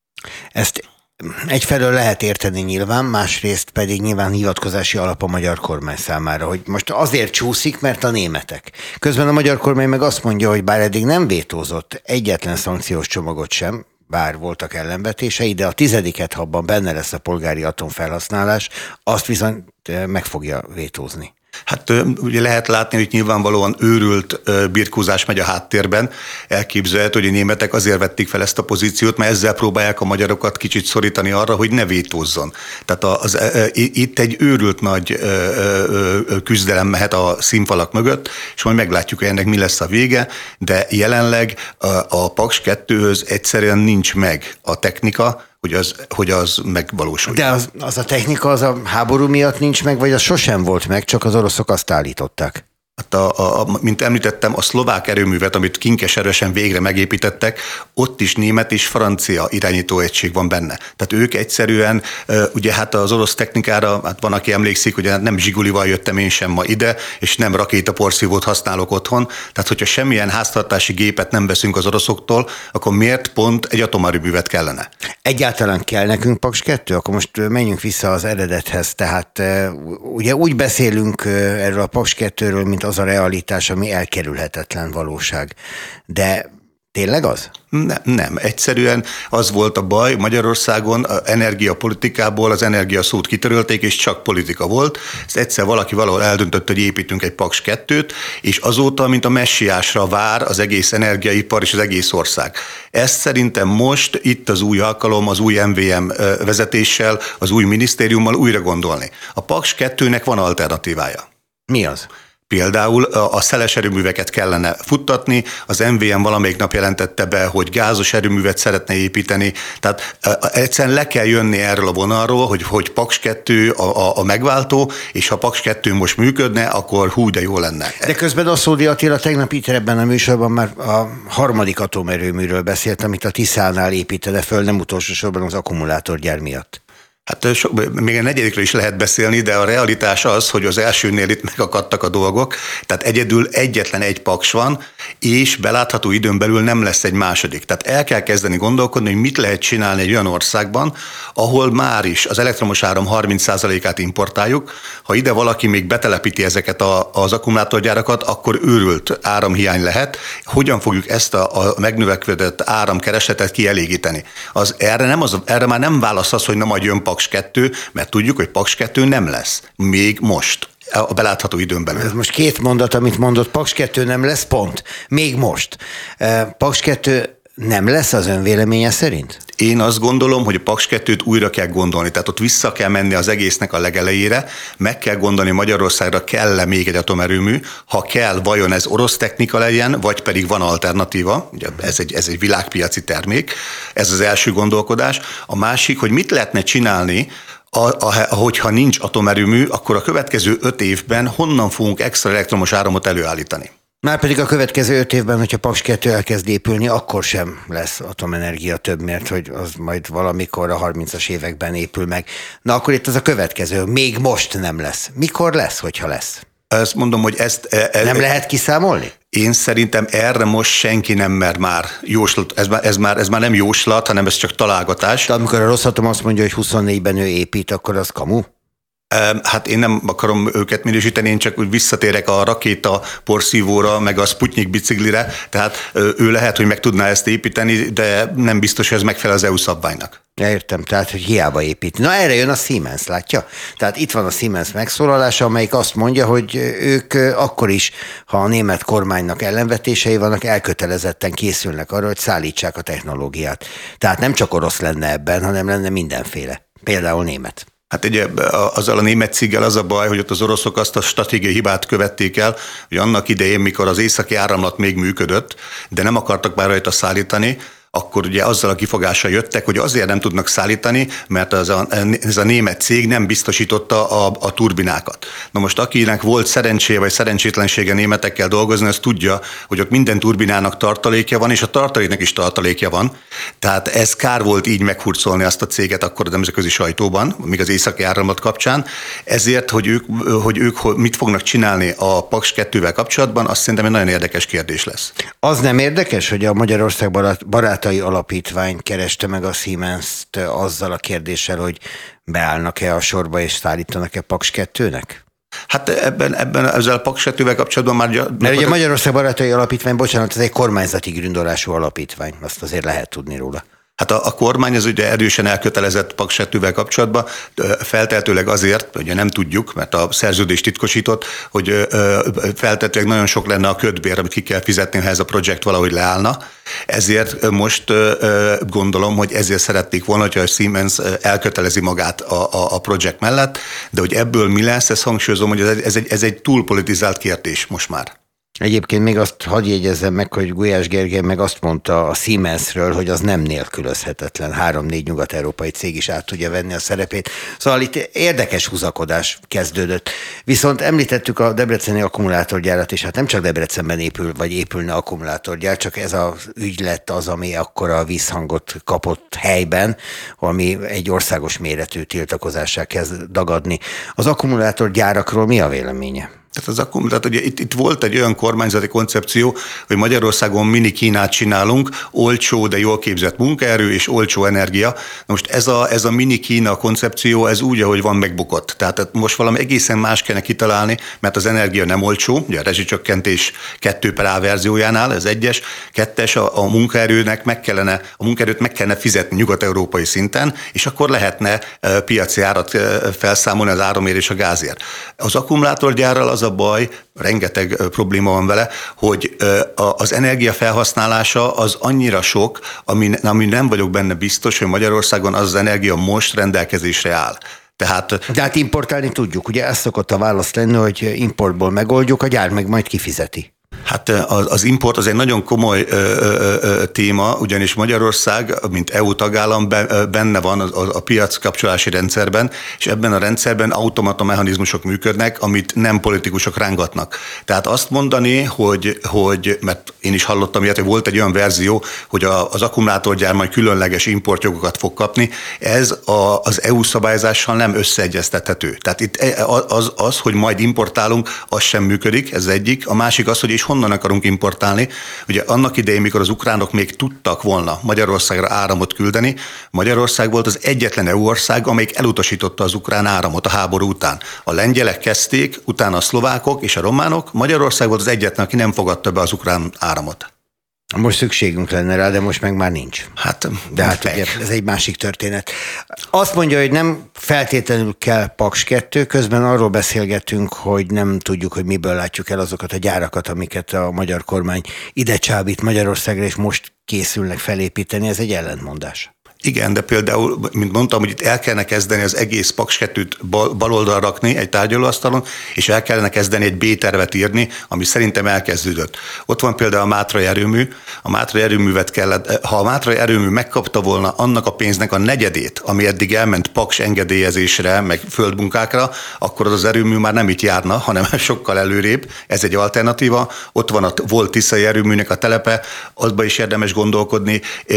Ezt egyfelől lehet érteni nyilván, másrészt pedig nyilván hivatkozási alap a magyar kormány számára, hogy most azért csúszik, mert a németek. Közben a magyar kormány meg azt mondja, hogy bár eddig nem vétózott egyetlen szankciós csomagot sem, bár voltak ellenvetései, de a tizediket, ha abban benne lesz a polgári atomfelhasználás, azt viszont meg fogja vétózni. Hát ugye lehet látni, hogy nyilvánvalóan őrült birkózás megy a háttérben. Elképzelhető, hogy a németek azért vették fel ezt a pozíciót, mert ezzel próbálják a magyarokat kicsit szorítani arra, hogy ne vétózzon. Tehát az, az, itt egy őrült nagy küzdelem mehet a színfalak mögött, és majd meglátjuk, hogy ennek mi lesz a vége, de jelenleg a, a Paks kettőhöz egyszerűen nincs meg a technika, hogy az, hogy az megvalósuljon. De az, az a technika, az a háború miatt nincs meg, vagy az sosem volt meg, csak az oroszok azt állították? Hát a, a, mint említettem, a szlovák erőművet, amit kinkeseresen végre megépítettek, ott is német és francia irányítóegység van benne. Tehát ők egyszerűen, ugye hát az orosz technikára, hát van, aki emlékszik, hogy nem zsigulival jöttem én sem ma ide, és nem rakétaporszívót használok otthon. Tehát, hogyha semmilyen háztartási gépet nem veszünk az oroszoktól, akkor miért pont egy atomerőművet kellene? Egyáltalán kell nekünk Paks kettő? Akkor most menjünk vissza az eredethez. Tehát ugye úgy beszélünk erről a Paks kettőről, mint az a realitás, ami elkerülhetetlen valóság. De Tényleg az? Nem, nem, egyszerűen az volt a baj, Magyarországon a energiapolitikából az energia szót kitörölték, és csak politika volt. Ezt egyszer valaki valahol eldöntött, hogy építünk egy Paks kettőt, és azóta, mint a messiásra vár az egész energiaipar és az egész ország. Ezt szerintem most itt az új alkalom, az új em vé em vezetéssel, az új minisztériummal újra gondolni. A Paks kettőnek van alternatívája. Mi az? Például a szeles erőműveket kellene futtatni, az em vé em valamelyik nap jelentette be, hogy gázos erőművet szeretne építeni, tehát egyszerűen le kell jönni erről a vonalról, hogy, hogy Paks kettő a, a, a megváltó, és ha Paks kettő most működne, akkor hú, de jó lenne. De közben Aszódi Attila tegnap itt ebben a műsorban már a harmadik atomerőműről beszélt, amit a Tiszánál építene föl, nem utolsó sorban az akkumulátorgyár miatt. Hát so, még a negyedikről is lehet beszélni, de a realitás az, hogy az elsőnél itt megakadtak a dolgok, tehát egyedül egyetlen egy Paks van, és belátható időn belül nem lesz egy második. Tehát el kell kezdeni gondolkodni, hogy mit lehet csinálni egy olyan országban, ahol már is az elektromos áram harminc százalékát importáljuk. Ha ide valaki még betelepíti ezeket a, az akkumulátorgyárakat, akkor őrült áramhiány lehet. Hogyan fogjuk ezt a, a megnövekedett áramkeresletet kielégíteni? Az, erre, nem az, erre már nem válasz az, hogy na majd jön Paks kettő, mert tudjuk, hogy Paks kettő nem lesz. Még most. A belátható időn belül. Ez most két mondat, amit mondott, Paks kettő nem lesz, pont. Még most. Paks kettő nem lesz az ön véleménye szerint? Én azt gondolom, hogy a Paks kettőt újra kell gondolni, tehát ott vissza kell menni az egésznek a legelejére, meg kell gondolni, Magyarországra kell-e még egy atomerőmű, ha kell, vajon ez orosz technika legyen, vagy pedig van alternatíva, ugye ez egy, ez egy világpiaci termék, ez az első gondolkodás. A másik, hogy mit lehetne csinálni, A, a, hogyha nincs atomerőmű, akkor a következő öt évben honnan fogunk extra elektromos áramot előállítani? Márpedig a következő öt évben, hogyha Paks kettő elkezd épülni, akkor sem lesz atomenergia több, mert hogy az majd valamikor a harmincas években épül meg. Na akkor itt az a következő, még most nem lesz. Mikor lesz, hogyha lesz? Ezt mondom, hogy ezt... E, nem lehet kiszámolni? Én szerintem erre most senki nem mer már jóslat, ez már, ez már, ez már nem jóslat, hanem ez csak találgatás. De amikor a Rosszatom azt mondja, hogy huszonnégyben ő épít, akkor az kamu? Hát én nem akarom őket minősíteni, én csak úgy visszatérek a rakéta porszívóra, meg a Sputnik biciklire, tehát ő lehet, hogy meg tudná ezt építeni, de nem biztos, hogy ez megfelel az é u szabványnak. Ja, értem, tehát, hogy hiába épít. Na erre jön a Siemens, látja? Tehát itt van a Siemens megszólalása, amelyik azt mondja, hogy ők akkor is, ha a német kormánynak ellenvetései vannak, elkötelezetten készülnek arra, hogy szállítsák a technológiát. Tehát nem csak orosz lenne ebben, hanem lenne mindenféle. Például német. Hát ugye azzal a német céggel az a baj, hogy ott az oroszok azt a stratégiai hibát követték el, hogy annak idején, mikor az északi áramlat még működött, de nem akartak már rajta szállítani, akkor ugye azzal a kifogással jöttek, hogy azért nem tudnak szállítani, mert az a, ez a német cég nem biztosította a, a turbinákat. Na most akinek volt szerencséje vagy szerencsétlensége németekkel dolgozni, az tudja, hogy ott minden turbinának tartalékja van, és a tartaléknak is tartalékja van. Tehát ez kár volt így meghurcolni azt a céget akkor a nemzetközi sajtóban, még az északi áramlat kapcsán. Ezért, hogy ők, hogy ők mit fognak csinálni a Paks kettővel kapcsolatban, azt szerintem egy nagyon érdekes kérdés lesz. Az nem érdekes, hogy a Magyarország barát, barát Alapítvány kereste meg a Siemens-t azzal a kérdéssel, hogy beállnak-e a sorba és szállítanak-e Paks kettőnek? Hát ebben, ebben ezzel a Paks kettővel kapcsolatban már... Mert ugye a Magyarország Barátai Alapítvány, bocsánat, ez egy kormányzati gründolású alapítvány, azt azért lehet tudni róla. Hát a, a kormány az ugye erősen elkötelezett Paks kettővel kapcsolatban, feltehetőleg azért, ugye nem tudjuk, mert a szerződés titkosított, hogy feltehetőleg nagyon sok lenne a kötbér, amit ki kell fizetni, ha ez a projekt valahogy leállna. Ezért most gondolom, hogy ezért szerették volna, hogy a Siemens elkötelezi magát a, a, a projekt mellett, de hogy ebből mi lesz, ezt hangsúlyozom, hogy ez egy, ez egy túlpolitizált kérdés most már. Egyébként még azt hadd jegyezzem meg, hogy Gulyás Gergely meg azt mondta a Siemensről, hogy az nem nélkülözhetetlen. Három-négy nyugat-európai cég is át tudja venni a szerepét. Szóval itt érdekes húzakodás kezdődött. Viszont említettük a debreceni akkumulátorgyárat, és hát nem csak Debrecenben épül, vagy épülne akkumulátorgyár, csak ez az ügy lett az, ami akkora visszhangot kapott helyben, ami egy országos méretű tiltakozással kezd dagadni. Az akkumulátorgyárakról mi a véleménye? Tehát, az akkum, tehát ugye itt, itt volt egy olyan kormányzati koncepció, hogy Magyarországon mini Kínát csinálunk, olcsó, de jól képzett munkaerő és olcsó energia. Na most ez a, ez a mini Kína koncepció, ez úgy, ahogy van, megbukott. Tehát most valami egészen más kellene kitalálni, mert az energia nem olcsó, ugye a rezsicsökkentés kettő per A verziójánál, ez egyes, kettes, a, a munkaerőnek meg kellene, a munkaerőt meg kellene fizetni nyugat-európai szinten, és akkor lehetne e, piaci árat e, felszámolni az áramért és a gázért. Az akkumulátorgyárral az a baj, rengeteg probléma van vele, hogy az energia felhasználása az annyira sok, ami, ami nem vagyok benne biztos, hogy Magyarországon az az energia most rendelkezésre áll. Tehát, de hát importálni tudjuk, ugye ez szokott a válasz lenni, hogy importból megoldjuk, a gyár meg majd kifizeti. Hát az import az egy nagyon komoly ö, ö, ö, téma, ugyanis Magyarország, mint é u tagállam benne van a, a piac kapcsolási rendszerben, és ebben a rendszerben automata mechanizmusok működnek, amit nem politikusok rángatnak. Tehát azt mondani, hogy, hogy mert én is hallottam ilyet, hogy volt egy olyan verzió, hogy a, az akkumulátorgyár majd különleges importjogokat fog kapni, ez a, az é u szabályozással nem összeegyeztethető. Tehát itt az, az, hogy majd importálunk, az sem működik, ez egyik. A másik az, hogy és honnan akarunk importálni. Ugye annak idején, mikor az ukránok még tudtak volna Magyarországra áramot küldeni, Magyarország volt az egyetlen é u ország, amelyik elutasította az ukrán áramot a háború után. A lengyelek kezdték, utána a szlovákok és a románok, Magyarország volt az egyetlen, aki nem fogadta be az ukrán áramot. Most szükségünk lenne rá, de most meg már nincs. Hát, de hát ugye, ez egy másik történet. Azt mondja, hogy nem feltétlenül kell Paks kettő, közben arról beszélgetünk, hogy nem tudjuk, hogy miből látjuk el azokat a gyárakat, amiket a magyar kormány ide csábít Magyarországra, és most készülnek felépíteni. Ez egy ellentmondás. Igen, de például, mint mondtam, hogy itt el kellene kezdeni az egész Paks kettőt bal, bal oldalra rakni egy tárgyalóasztalon, és el kellene kezdeni egy B-tervet írni, ami szerintem elkezdődött. Ott van például a Mátrai erőmű. A Mátrai erőművet kellett, ha a Mátrai erőmű megkapta volna annak a pénznek a negyedét, ami eddig elment Paks engedélyezésre, meg földmunkákra, akkor az az erőmű már nem itt járna, hanem sokkal előrébb. Ez egy alternatíva. Ott van a volt tiszai erőműnek a telepe, azba is érdemes gondolkodni,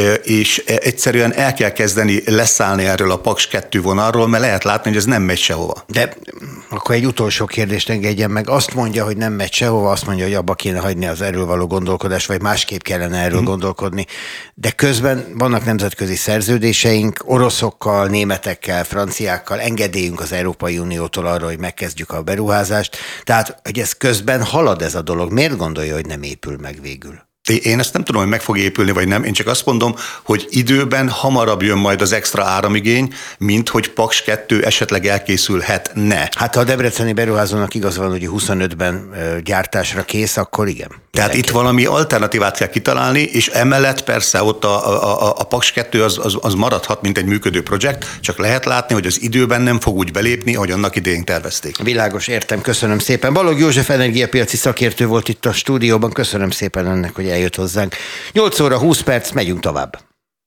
és egyszerűen el kell kezdeni leszállni erről a Paks kettő vonalról, mert lehet látni, hogy ez nem megy sehova. De akkor egy utolsó kérdést engedjen meg. Azt mondja, hogy nem megy sehova, azt mondja, hogy abba kéne hagyni az erről való gondolkodást, vagy másképp kellene erről hmm. gondolkodni. De közben vannak nemzetközi szerződéseink, oroszokkal, németekkel, franciákkal, engedélyünk az Európai Uniótól arra, hogy megkezdjük a beruházást. Tehát, hogy ez közben halad ez a dolog. Miért gondolja, hogy nem épül meg végül? Én ezt nem tudom, hogy meg fog épülni, vagy nem. Én csak azt mondom, hogy időben hamarabb jön majd az extra áramigény, mint hogy Paks kettő esetleg elkészülhetne. Hát ha a debreceni beruházónak igaz van, hogy huszonötben gyártásra kész, akkor igen. Tehát itt valami alternatívát kell kitalálni, és emellett persze ott a, a, a, a Paks kettő az, az, az maradhat, mint egy működő projekt, csak lehet látni, hogy az időben nem fog úgy belépni, ahogy annak idején tervezték. Világos, értem, köszönöm szépen. Balogh József energiapiaci szakértő volt itt a stúdióban, köszönöm szépen önnek, hogy eljött hozzánk. nyolc óra húsz perc, megyünk tovább.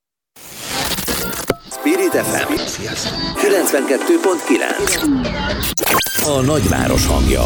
Spirit ef em kilencvenkettő pont kilenc. A nagyváros hangja.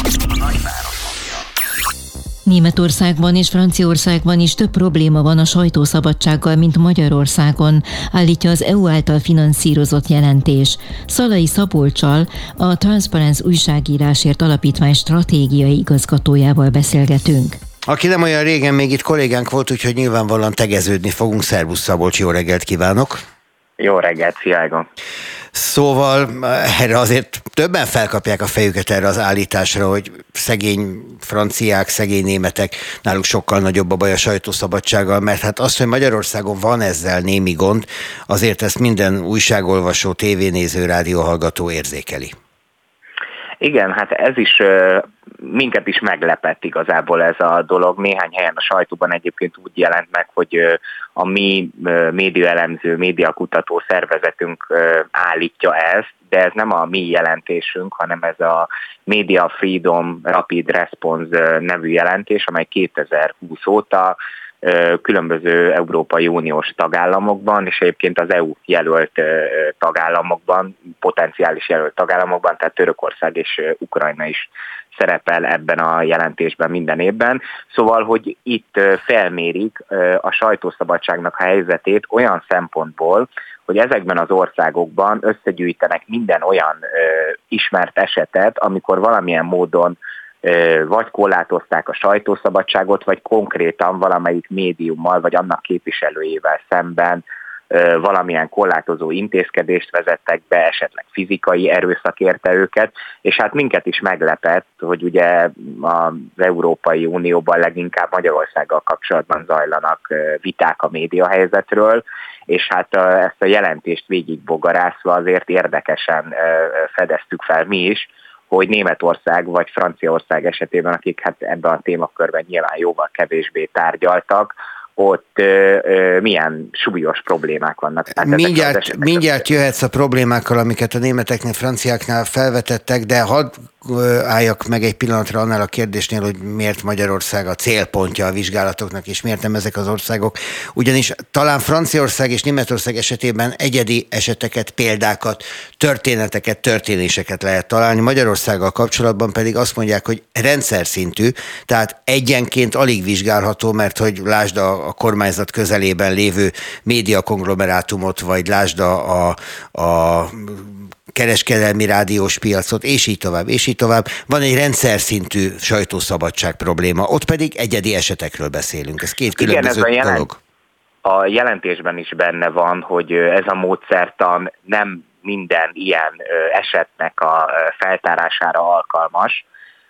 Németországban és Franciaországban is több probléma van a sajtószabadsággal, mint Magyarországon, állítja az é u által finanszírozott jelentés. Szalai Szabolccsal, a Transparency újságírásért alapítvány stratégiai igazgatójával beszélgetünk. Aki nem olyan régen még itt kollégánk volt, úgyhogy nyilvánvalóan tegeződni fogunk. Szervusz Szabolcs, jó reggelt kívánok! Jó reggelt, szia Egon! Szóval erre azért többen felkapják a fejüket erre az állításra, hogy szegény franciák, szegény németek, náluk sokkal nagyobb a baj a sajtószabadsággal, mert hát az, hogy Magyarországon van ezzel némi gond, azért ezt minden újságolvasó, tévénéző, rádióhallgató érzékeli. Igen, hát ez is, minket is meglepett igazából ez a dolog. Néhány helyen a sajtóban egyébként úgy jelent meg, hogy a mi médiaelemző, médiakutató szervezetünk állítja ezt, de ez nem a mi jelentésünk, hanem ez a Media Freedom Rapid Response nevű jelentés, amely kétezer-húsz óta különböző Európai Uniós tagállamokban, és egyébként az é u jelölt tagállamokban, potenciális jelölt tagállamokban, tehát Törökország és Ukrajna is szerepel ebben a jelentésben minden évben. Szóval, hogy itt felmérik a sajtószabadságnak a helyzetét olyan szempontból, hogy ezekben az országokban összegyűjtenek minden olyan ismert esetet, amikor valamilyen módon vagy korlátozták a sajtószabadságot, vagy konkrétan valamelyik médiummal, vagy annak képviselőjével szemben valamilyen korlátozó intézkedést vezettek be, esetleg fizikai erőszak érte őket, és hát minket is meglepett, hogy ugye az Európai Unióban leginkább Magyarországgal kapcsolatban zajlanak viták a médiahelyzetről, és hát ezt a jelentést végigbogarászva azért érdekesen fedeztük fel mi is, hogy Németország vagy Franciaország esetében, akik hát ebben a témakörben nyilván jóval kevésbé tárgyaltak, ott ö, ö, milyen súlyos problémák vannak. Hát mindjárt, mindjárt jöhetsz a problémákkal, amiket a németeknél, franciáknál felvetettek, de hadd álljak meg egy pillanatra annál a kérdésnél, hogy miért Magyarország a célpontja a vizsgálatoknak, és miért nem ezek az országok. Ugyanis talán Franciaország és Németország esetében egyedi eseteket, példákat, történeteket, történéseket lehet találni. Magyarországgal kapcsolatban pedig azt mondják, hogy rendszer szintű, tehát egyenként alig vizsgálható, mert hogy lásd a a kormányzat közelében lévő médiakonglomerátumot, vagy lásd a, a kereskedelmi rádiós piacot, és így tovább, és így tovább. Van egy rendszer szintű sajtószabadság probléma, ott pedig egyedi esetekről beszélünk. Ez két különböző Igen, ez a dolog. Jelent, a jelentésben is benne van, hogy ez a módszertan nem minden ilyen esetnek a feltárására alkalmas.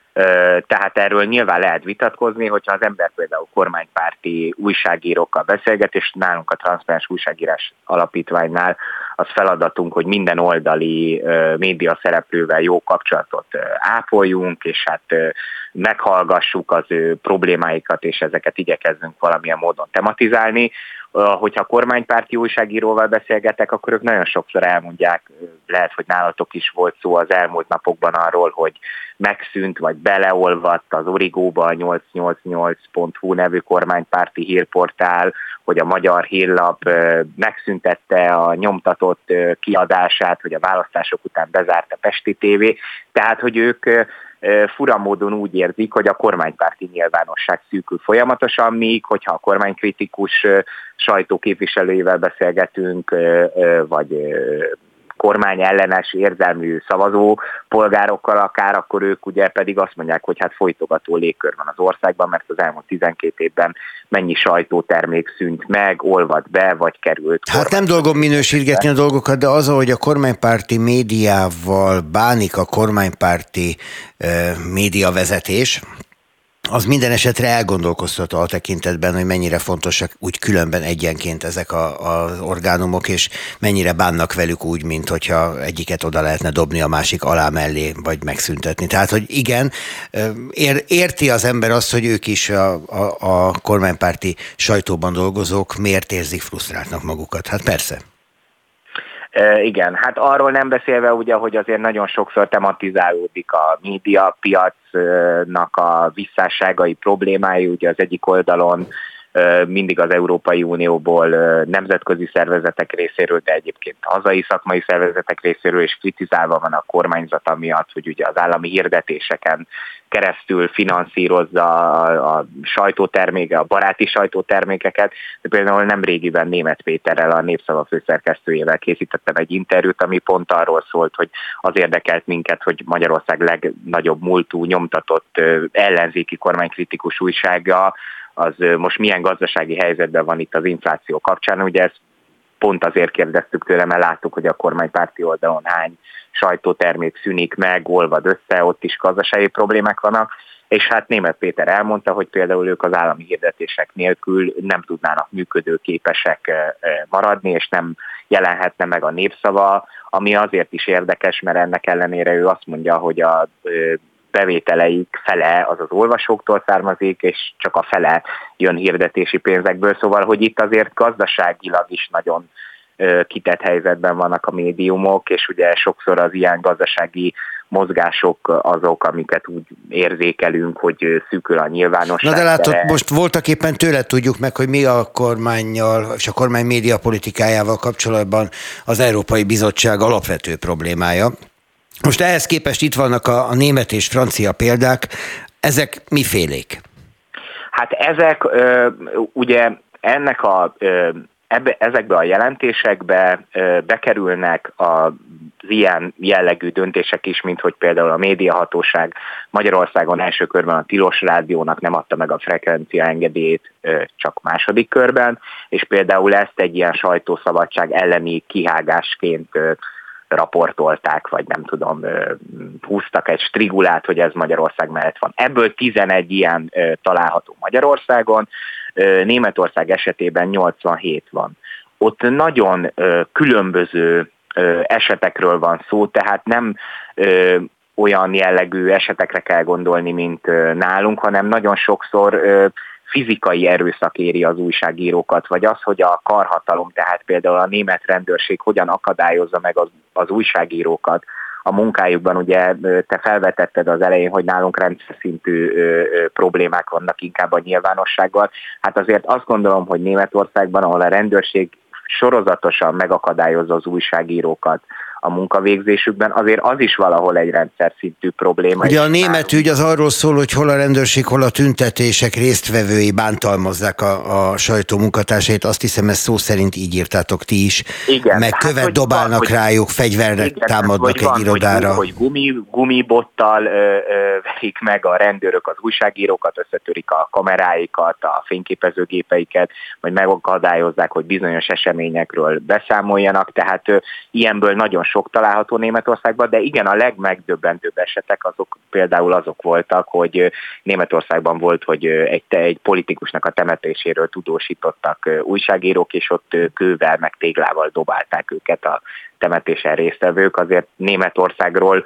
Tehát erről nyilván lehet vitatkozni, hogyha az ember például kormánypárti újságírókkal beszélget, és nálunk a Transzparens Újságírás Alapítványnál az feladatunk, hogy minden oldali média szereplővel jó kapcsolatot ápoljunk, és hát meghallgassuk az ő problémáikat, és ezeket igyekezzünk valamilyen módon tematizálni. Hogyha kormánypárti újságíróval beszélgetek, akkor ők nagyon sokszor elmondják, lehet, hogy nálatok is volt szó az elmúlt napokban arról, hogy megszűnt, vagy beleolvadt az Origóba a nyolc nyolc nyolc pont hu nevű kormánypárti hírportál, hogy a Magyar Hírlap megszüntette a nyomtatott kiadását, hogy a választások után bezárt a Pesti té vé, tehát, hogy ők fura módon úgy érzik, hogy a kormánypárti nyilvánosság szűkül folyamatosan, míg hogyha a kormánykritikus sajtóképviselőivel beszélgetünk, vagy kormány ellenes érzelmű szavazó polgárokkal akár, akkor ők ugye pedig azt mondják, hogy hát folytogató légkör van az országban, mert az elmúlt tizenkét évben mennyi sajtótermék szűnt meg, olvad be, vagy került. Hát nem dolgom minősítgetni a dolgokat, de az, ahogy a kormánypárti médiával bánik a kormánypárti eh, médiavezetés, az minden esetre elgondolkoztató a tekintetben, hogy mennyire fontosak úgy különben egyenként ezek az orgánumok, és mennyire bánnak velük úgy, mint hogyha egyiket oda lehetne dobni a másik alá mellé, vagy megszüntetni. Tehát, hogy igen, ér, érti az ember azt, hogy ők is a, a, a kormánypárti sajtóban dolgozók miért érzik frusztráltnak magukat. Hát persze. Igen, hát arról nem beszélve ugye, hogy azért nagyon sokszor tematizálódik a médiapiacnak a visszásságai problémái, ugye az egyik oldalon mindig az Európai Unióból nemzetközi szervezetek részéről, de egyébként hazai szakmai szervezetek részéről is kritizálva van a kormányzat miatt, hogy ugye az állami hirdetéseken keresztül finanszírozza a, a sajtóterméke, a baráti sajtótermékeket. De például nemrégiben Németh Péterrel, a Népszava főszerkesztőjével készítettem egy interjút, ami pont arról szólt, hogy az érdekelt minket, hogy Magyarország legnagyobb múltú nyomtatott ellenzéki kormánykritikus újsága, az most milyen gazdasági helyzetben van itt az infláció kapcsán. Ugye ezt pont azért kérdeztük tőle, mert láttuk, hogy a kormánykpárti oldalon hány sajtótermék szűnik meg, olvad össze, ott is gazdasági problémák vannak, és hát Németh Péter elmondta, hogy például ők az állami hirdetések nélkül nem tudnának működőképesek maradni, és nem jelenhetne meg a Népszava, ami azért is érdekes, mert ennek ellenére ő azt mondja, hogy a bevételeik fele az az olvasóktól származik, és csak a fele jön hirdetési pénzekből, szóval, hogy itt azért gazdaságilag is nagyon kitett helyzetben vannak a médiumok, és ugye sokszor az ilyen gazdasági mozgások azok, amiket úgy érzékelünk, hogy szűkül a nyilvánosság. Na de látod, de... most voltak éppen tőle tudjuk meg, hogy mi a kormánnyal és a kormány médiapolitikájával kapcsolatban az Európai Bizottság alapvető problémája. Most ehhez képest itt vannak a, a német és francia példák, ezek mifélék? Hát ezek ö, ugye ennek a, ö, ebbe, ezekbe a jelentésekbe ö, bekerülnek az ilyen jellegű döntések is, mint hogy például a médiahatóság Magyarországon első körben a Tilos Rádiónak nem adta meg a frekvencia engedélyét, csak második körben, és például ezt egy ilyen sajtószabadság elleni kihágásként raportolták, vagy nem tudom, húztak egy strigulát, hogy ez Magyarország mellett van. Ebből tizenegy ilyen található Magyarországon, Németország esetében nyolcvanhét van. Ott nagyon különböző esetekről van szó, tehát nem olyan jellegű esetekre kell gondolni, mint nálunk, hanem nagyon sokszor fizikai erőszak éri az újságírókat, vagy az, hogy a karhatalom, tehát például a német rendőrség hogyan akadályozza meg az, az újságírókat a munkájukban. Ugye te felvetetted az elején, hogy nálunk rendszer szintű problémák vannak inkább a nyilvánossággal. Hát azért azt gondolom, hogy Németországban, ahol a rendőrség sorozatosan megakadályozza az újságírókat a munkavégzésükben, azért az is valahol egy rendszer szintű probléma. Ugye a német ügy az arról szól, hogy hol a rendőrség, hol a tüntetések résztvevői bántalmazzák a, a sajtó munkatársait. Azt hiszem, ezt szó szerint így írtátok ti is. Igen, meg követ hát, dobálnak van, rájuk, fegyvernek igen, támadnak egy van, irodára. Hogy, hogy gumi, gumibottal ö, ö, verik meg a rendőrök az újságírókat, összetörik a kameráikat, a fényképezőgépeiket, vagy megakadályozzák, hogy bizonyos eseményekről beszámoljanak. Tehát ö, ilyenből nagyon sok található Németországban, de igen, a legmegdöbbentőbb esetek azok például azok voltak, hogy Németországban volt, hogy egy, egy politikusnak a temetéséről tudósítottak újságírók, és ott kővel meg téglával dobálták őket a temetésen résztvevők. Azért Németországról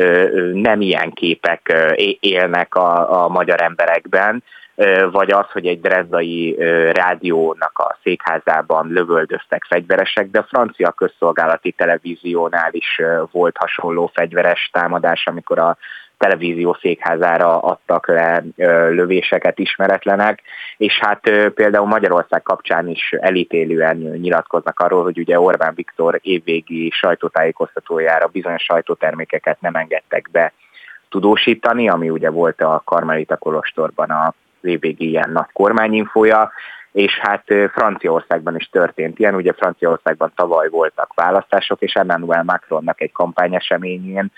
nem ilyen képek élnek a, a magyar emberekben, vagy az, hogy egy drezdai rádiónak a székházában lövöldöztek fegyveresek, de a francia közszolgálati televíziónál is volt hasonló fegyveres támadás, amikor a televízió székházára adtak le lövéseket ismeretlenek, és hát például Magyarország kapcsán is elítélően nyilatkoznak arról, hogy ugye Orbán Viktor évvégi sajtótájékoztatójára bizonyos sajtótermékeket nem engedtek be tudósítani, ami ugye volt a Karmelita kolostorban a évvégi ilyen nagy kormányinfója, és hát Franciaországban is történt ilyen, ugye Franciaországban tavaly voltak választások, és Emmanuel Macronnak egy kampányeseményén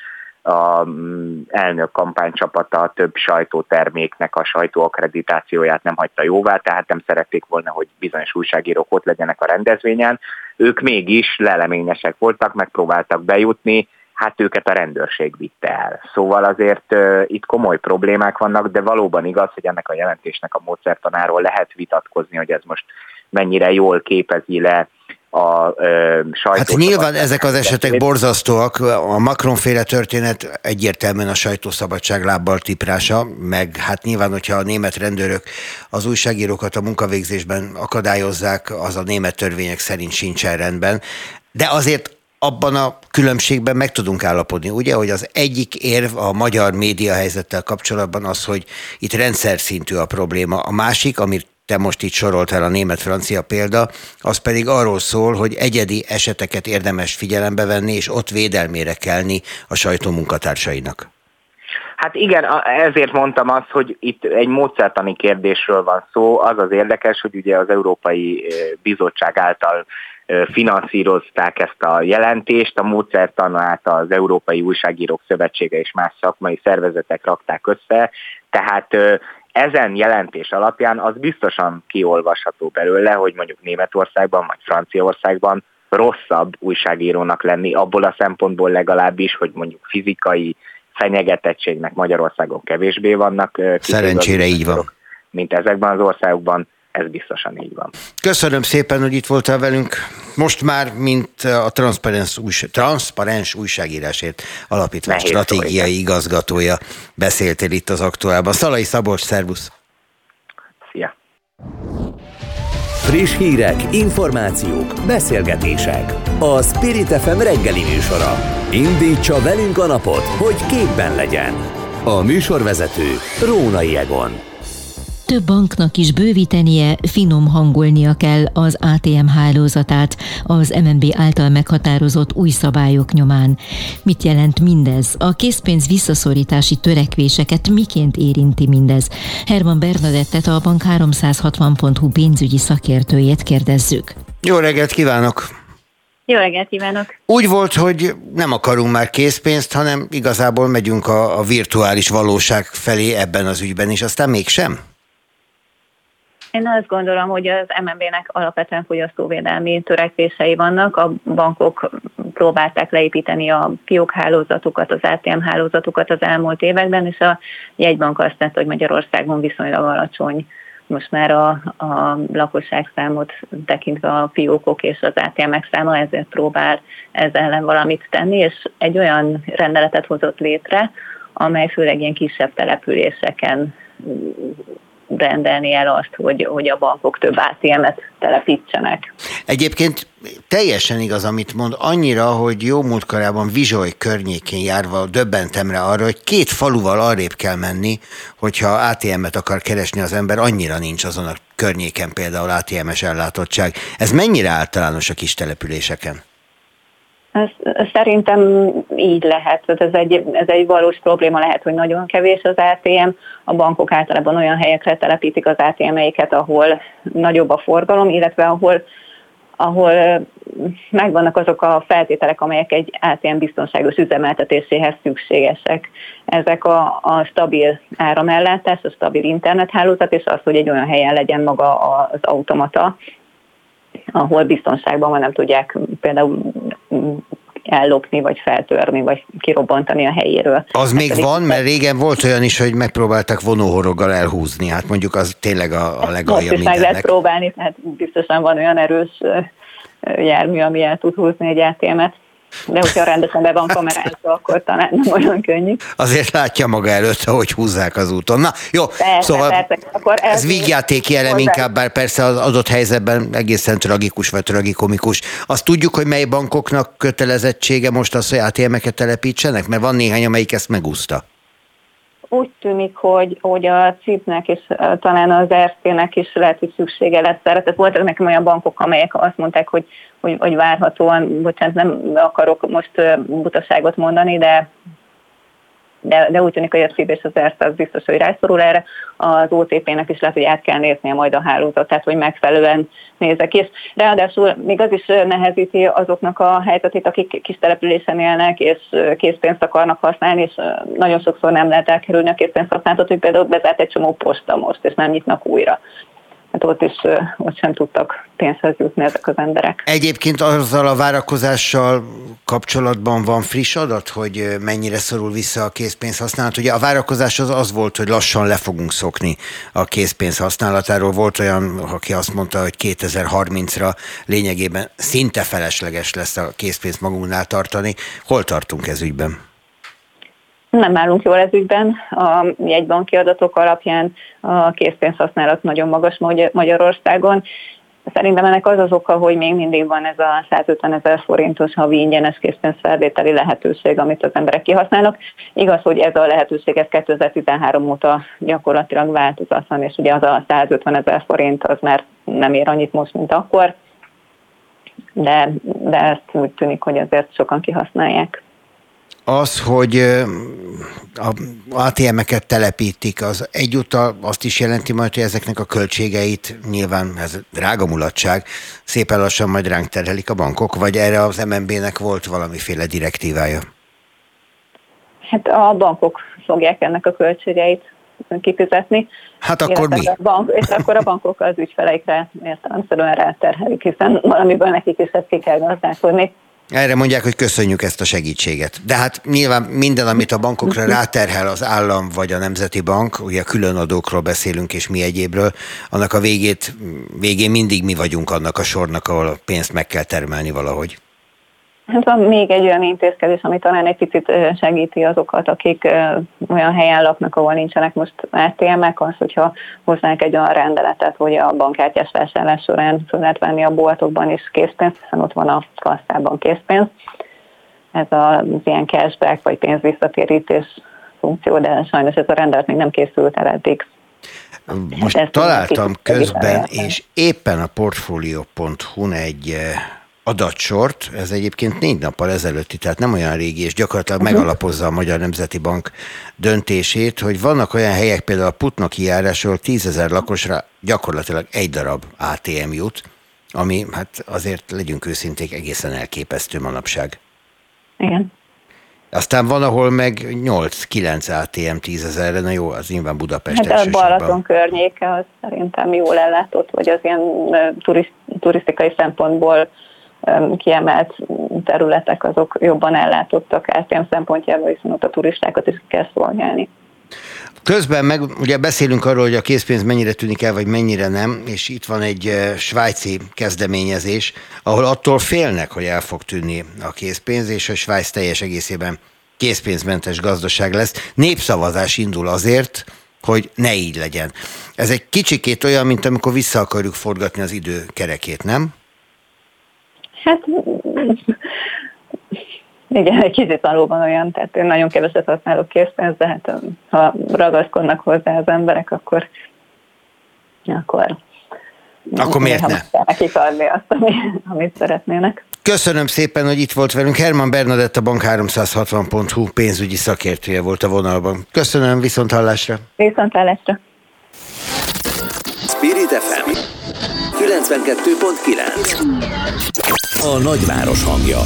a elnök kampánycsapata több sajtóterméknek a sajtóakkreditációját nem hagyta jóvá, tehát nem szerették volna, hogy bizonyos újságírók ott legyenek a rendezvényen. Ők mégis leleményesek voltak, megpróbáltak bejutni, hát őket a rendőrség vitte el. Szóval azért uh, itt komoly problémák vannak, de valóban igaz, hogy ennek a jelentésnek a módszertanáról lehet vitatkozni, hogy ez most mennyire jól képezi le a uh, sajtó. Hát nyilván ezek az esetek borzasztóak. A Macron-féle történet egyértelműen a sajtószabadság lábbal tiprása, meg hát nyilván, hogyha a német rendőrök az újságírókat a munkavégzésben akadályozzák, az a német törvények szerint sincsen rendben. De azért abban a különbségben meg tudunk állapodni, ugye, hogy az egyik érv a magyar média helyzettel kapcsolatban az, hogy itt rendszer szintű a probléma. A másik, amit te most itt soroltál, a német-francia példa, az pedig arról szól, hogy egyedi eseteket érdemes figyelembe venni, és ott védelmére kelni a sajtó munkatársainak. Hát igen, ezért mondtam azt, hogy itt egy módszertani kérdésről van szó. Az az érdekes, hogy ugye az Európai Bizottság által finanszírozták ezt a jelentést, a módszertanát az Európai Újságírók Szövetsége és más szakmai szervezetek rakták össze, tehát ezen jelentés alapján az biztosan kiolvasható belőle, hogy mondjuk Németországban vagy Franciaországban rosszabb újságírónak lenni, abból a szempontból legalábbis, hogy mondjuk fizikai fenyegetettségnek Magyarországon kevésbé vannak. Szerencsére így van. Mint ezekben az országokban. Ez biztosan így van. Köszönöm szépen, hogy itt voltál velünk. Most már, mint a Transzparens, újság, Transzparens újságírásért alapítvány Nehéz stratégiai szó, igazgatója beszéltél itt az Aktuálban. Szalai Szabolcs, szervusz! Szia! Friss hírek, információk, beszélgetések. A Spirit ef em reggeli műsora. Indítsa velünk a napot, hogy képben legyen. A műsorvezető Rónai Egon. Több banknak is bővítenie, finom hangolnia kell az á té em hálózatát az em en bé által meghatározott új szabályok nyomán. Mit jelent mindez? A készpénz visszaszorítási törekvéseket miként érinti mindez? Herman Bernadettet, a bank háromszázhatvan pont hu pénzügyi szakértőjét kérdezzük. Jó reggelt kívánok! Jó reggelt kívánok! Úgy volt, hogy nem akarunk már készpénzt, hanem igazából megyünk a, a virtuális valóság felé ebben az ügyben is, aztán mégsem? Én azt gondolom, hogy az em en bé-nek alapvetően fogyasztóvédelmi törekvései vannak. A bankok próbálták leépíteni a fiók hálózatukat, az á té em hálózatukat az elmúlt években, és a jegybank azt tette, hogy Magyarországon viszonylag alacsony most már a, a lakosságszámot tekintve a fiókok és az á té emek száma, ezért próbál ezzel ellen valamit tenni, és egy olyan rendeletet hozott létre, amely főleg ilyen kisebb településeken rendelni el azt, hogy, hogy a bankok több á té emet telepítsenek. Egyébként teljesen igaz, amit mond, annyira, hogy jó múltkorában Vizsoly környékén járva döbbentem rá arra, hogy két faluval arrébb kell menni, hogyha á té emet akar keresni az ember, annyira nincs azon a környéken például á té emes ellátottság. Ez mennyire általános a kis településeken? Ez, szerintem így lehet. Ez egy, ez egy valós probléma lehet, hogy nagyon kevés az á té em. A bankok általában olyan helyekre telepítik az á té emeiket, ahol nagyobb a forgalom, illetve ahol, ahol megvannak azok a feltételek, amelyek egy á té em biztonságos üzemeltetéséhez szükségesek. Ezek a, a stabil áramellátás, a stabil internethálózat, és az, hogy egy olyan helyen legyen maga az automata, ahol biztonságban van, nem tudják például ellopni, vagy feltörni, vagy kirobbantani a helyéről. Az még van, mert régen volt olyan is, hogy megpróbáltak vonóhoroggal elhúzni, hát mondjuk az tényleg a, a legalja mindennek. Most is meg lehet próbálni, tehát biztosan van olyan erős jármű, ami el tud húzni egy á té emet. De hogyha rendesen be van kamerázva, akkor talán nem olyan könnyű. Azért látja maga előtt, hogy húzzák az úton. Na jó, persze, szóval persze. Akkor ez, ez vígjátéki elem inkább, bár persze az adott helyzetben egészen tragikus vagy tragikomikus. Azt tudjuk, hogy mely bankoknak kötelezettsége most az, hogy á té emeket telepítsenek? Mert van néhány, amelyik ezt megúszta. Úgy tűnik, hogy, hogy a cipnek és talán az er té-nek is lehet, hogy szüksége lesz erre. Tehát voltak nekem olyan bankok, amelyek azt mondták, hogy, hogy, hogy várhatóan, bocsánat, nem akarok most butaságot mondani, de, de, de úgy tűnik, hogy a cip és az er té az biztos, hogy rászorul erre. Az o té pé-nek is lehet, hogy át kell néznie majd a hálózatát, hogy megfelelően nézek. És ráadásul még az is nehezíti azoknak a helyzetét, akik kis településen élnek, és készpénzt akarnak használni, és nagyon sokszor nem lehet elkerülni a készpénzhasználatot, hogy például bezárt egy csomó posta most, és nem nyitnak újra. Hát ott is ott sem tudtak pénzhez jutni ezek az emberek. Egyébként azzal a várakozással kapcsolatban van friss adat, hogy mennyire szorul vissza a készpénz használat. Ugye a várakozás az az volt, hogy lassan le fogunk szokni a készpénz használatáról. Volt olyan, aki azt mondta, hogy kétezer-harmincra lényegében szinte felesleges lesz a készpénzt magunknál tartani. Hol tartunk ez ügyben? Nem állunk jól ez ügyben. A jegybanki adatok alapján a készpénzhasználat nagyon magas Magyarországon. Szerintem ennek az az oka, hogy még mindig van ez a százötvenezer forintos havi ingyenes készpénzfelvételi lehetőség, amit az emberek kihasználnak. Igaz, hogy ez a lehetőség ez kétezer-tizenhárom óta gyakorlatilag változatlan, és ugye az a százötvenezer forint az már nem ér annyit most, mint akkor, de, de ezt úgy tűnik, hogy azért sokan kihasználják. Az, hogy a á té emeket telepítik, az egyúttal azt is jelenti majd, hogy ezeknek a költségeit, nyilván ez drága mulatság, szépen lassan majd ránk terhelik a bankok, vagy erre az em en bé-nek volt valamiféle direktívája? Hát a bankok fogják ennek a költségeit kifizetni. Hát akkor mi? A bank, és akkor a bankok az ügyfeleikre értelemszerűen ráterhelik, hiszen valamiből nekik is ezt ki kell gazdálkodni. Erre mondják, hogy köszönjük ezt a segítséget. De hát nyilván minden, amit a bankokra ráterhel az állam vagy a Nemzeti Bank, ugye külön adókról beszélünk és mi egyébről, annak a végét, végén mindig mi vagyunk annak a sornak, ahol a pénzt meg kell termelni valahogy. Hát van még egy olyan intézkedés, ami talán egy picit segíti azokat, akik olyan helyen laknak, ahol nincsenek most á té emek, az, hogyha hoznánk egy olyan rendeletet, hogy a bankkártyás vásárlás során föl lehet venni a boltokban is készpénzt, hiszen ott van a kasszában készpénz. Ez az ilyen cashback vagy pénzvisszatérítés funkció, de sajnos ez a rendelet még nem készült el eddig. Most hát találtam közben, és éppen a portfolio pont hu-n egy adatsort, ez egyébként négy nappal ezelőtti, tehát nem olyan régi, és gyakorlatilag uh-huh. megalapozza a Magyar Nemzeti Bank döntését, hogy vannak olyan helyek, például a Putnoki járásról tízezer lakosra gyakorlatilag egy darab á té em jut, ami hát azért legyünk őszinték, egészen elképesztő manapság. Igen. Aztán van, ahol meg nyolc-kilenc á té em tízezerre, na jó, az nyilván Budapest hát a Balaton környéke az szerintem jól ellátott, vagy az ilyen turist, turisztikai szempontból kiemelt területek, azok jobban ellátottak á té em szempontjából, hiszen ott a turistákat is kell szolgálni. Közben meg ugye beszélünk arról, hogy a készpénz mennyire tűnik el, vagy mennyire nem, és itt van egy svájci kezdeményezés, ahol attól félnek, hogy el fog tűnni a készpénz, és a Svájc teljes egészében készpénzmentes gazdaság lesz. Népszavazás indul azért, hogy ne így legyen. Ez egy kicsikét olyan, mint amikor vissza akarjuk forgatni az idő kerekét, nem? Hát igen, egy kicsit valóban olyan, tehát én nagyon keveset használok készpénzt, de hát ha ragaszkodnak hozzá az emberek, akkor akkor, akkor miért ne? Nekik adni azt, ami, amit szeretnének. Köszönöm szépen, hogy itt volt velünk. Herman Bernadett, a bank háromszázhatvan pont hu pénzügyi szakértője volt a vonalban. Köszönöm, viszont hallásra. Viszont hallásra. Spirit ef em kilencvenkettő pont kilenc. A nagyváros hangja.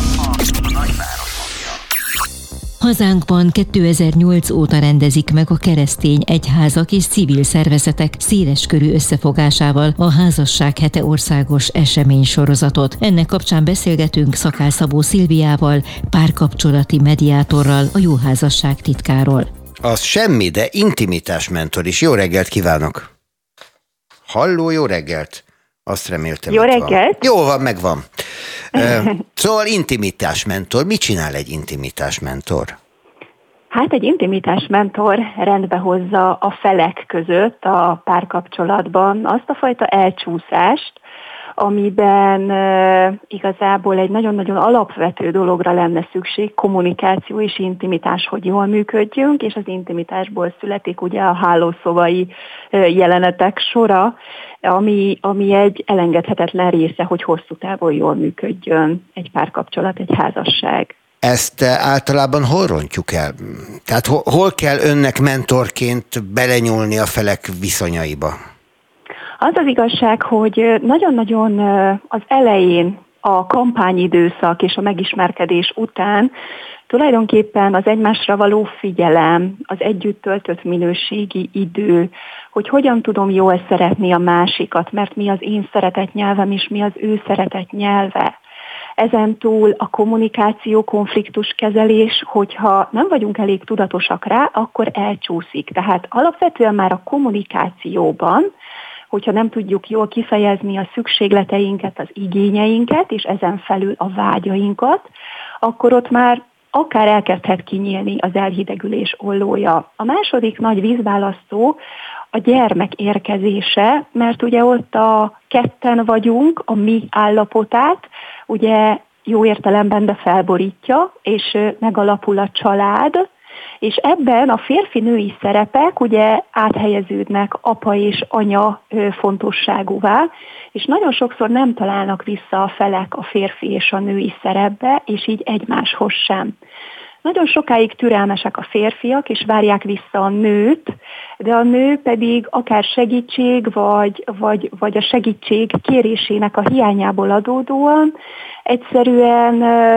Hazánkban kétezer-nyolc óta rendezik meg a keresztény egyházak és civil szervezetek széleskörű összefogásával a Házasság hete országos eseménysorozatot. Ennek kapcsán beszélgetünk Szakál Szabó Szilviával, párkapcsolati mediátorral, a Jó Házasság titkáról. Az semmi, de intimitás mentor is. Jó reggelt kívánok! Halló, jó reggelt! Azt reméltem. Jó reggelt! Jó van, megvan. Szóval intimitás mentor. Mit csinál egy intimitás mentor? Hát egy intimitás mentor rendbe hozza a felek között a párkapcsolatban azt a fajta elcsúszást, amiben uh, igazából egy nagyon-nagyon alapvető dologra lenne szükség, kommunikáció és intimitás, hogy jól működjünk, és az intimitásból születik ugye a hálószobai uh, jelenetek sora, ami, ami egy elengedhetetlen része, hogy hosszú távon jól működjön egy párkapcsolat, egy házasság. Ezt általában hol rontjuk el? Tehát hol, hol kell önnek mentorként belenyúlni a felek viszonyaiba? Az az igazság, hogy nagyon-nagyon az elején, a kampányidőszak és a megismerkedés után tulajdonképpen az egymásra való figyelem, az együtt töltött minőségi idő, hogy hogyan tudom jól szeretni a másikat, mert mi az én szeretett nyelvem és mi az ő szeretett nyelve. Ezen túl a kommunikáció, konfliktuskezelés, hogyha nem vagyunk elég tudatosak rá, akkor elcsúszik. Tehát alapvetően már a kommunikációban, hogyha nem tudjuk jól kifejezni a szükségleteinket, az igényeinket, és ezen felül a vágyainkat, akkor ott már akár elkezdhet kinyílni az elhidegülés ollója. A második nagy vízválasztó a gyermek érkezése, mert ugye ott a ketten vagyunk, a mi állapotát, ugye jó értelemben de felborítja, és megalapul a család, és ebben a férfi-női szerepek ugye áthelyeződnek apa és anya fontosságúvá, és nagyon sokszor nem találnak vissza a felek a férfi és a női szerepbe, és így egymáshoz sem. Nagyon sokáig türelmesek a férfiak, és várják vissza a nőt, de a nő pedig akár segítség, vagy, vagy, vagy a segítség kérésének a hiányából adódóan egyszerűen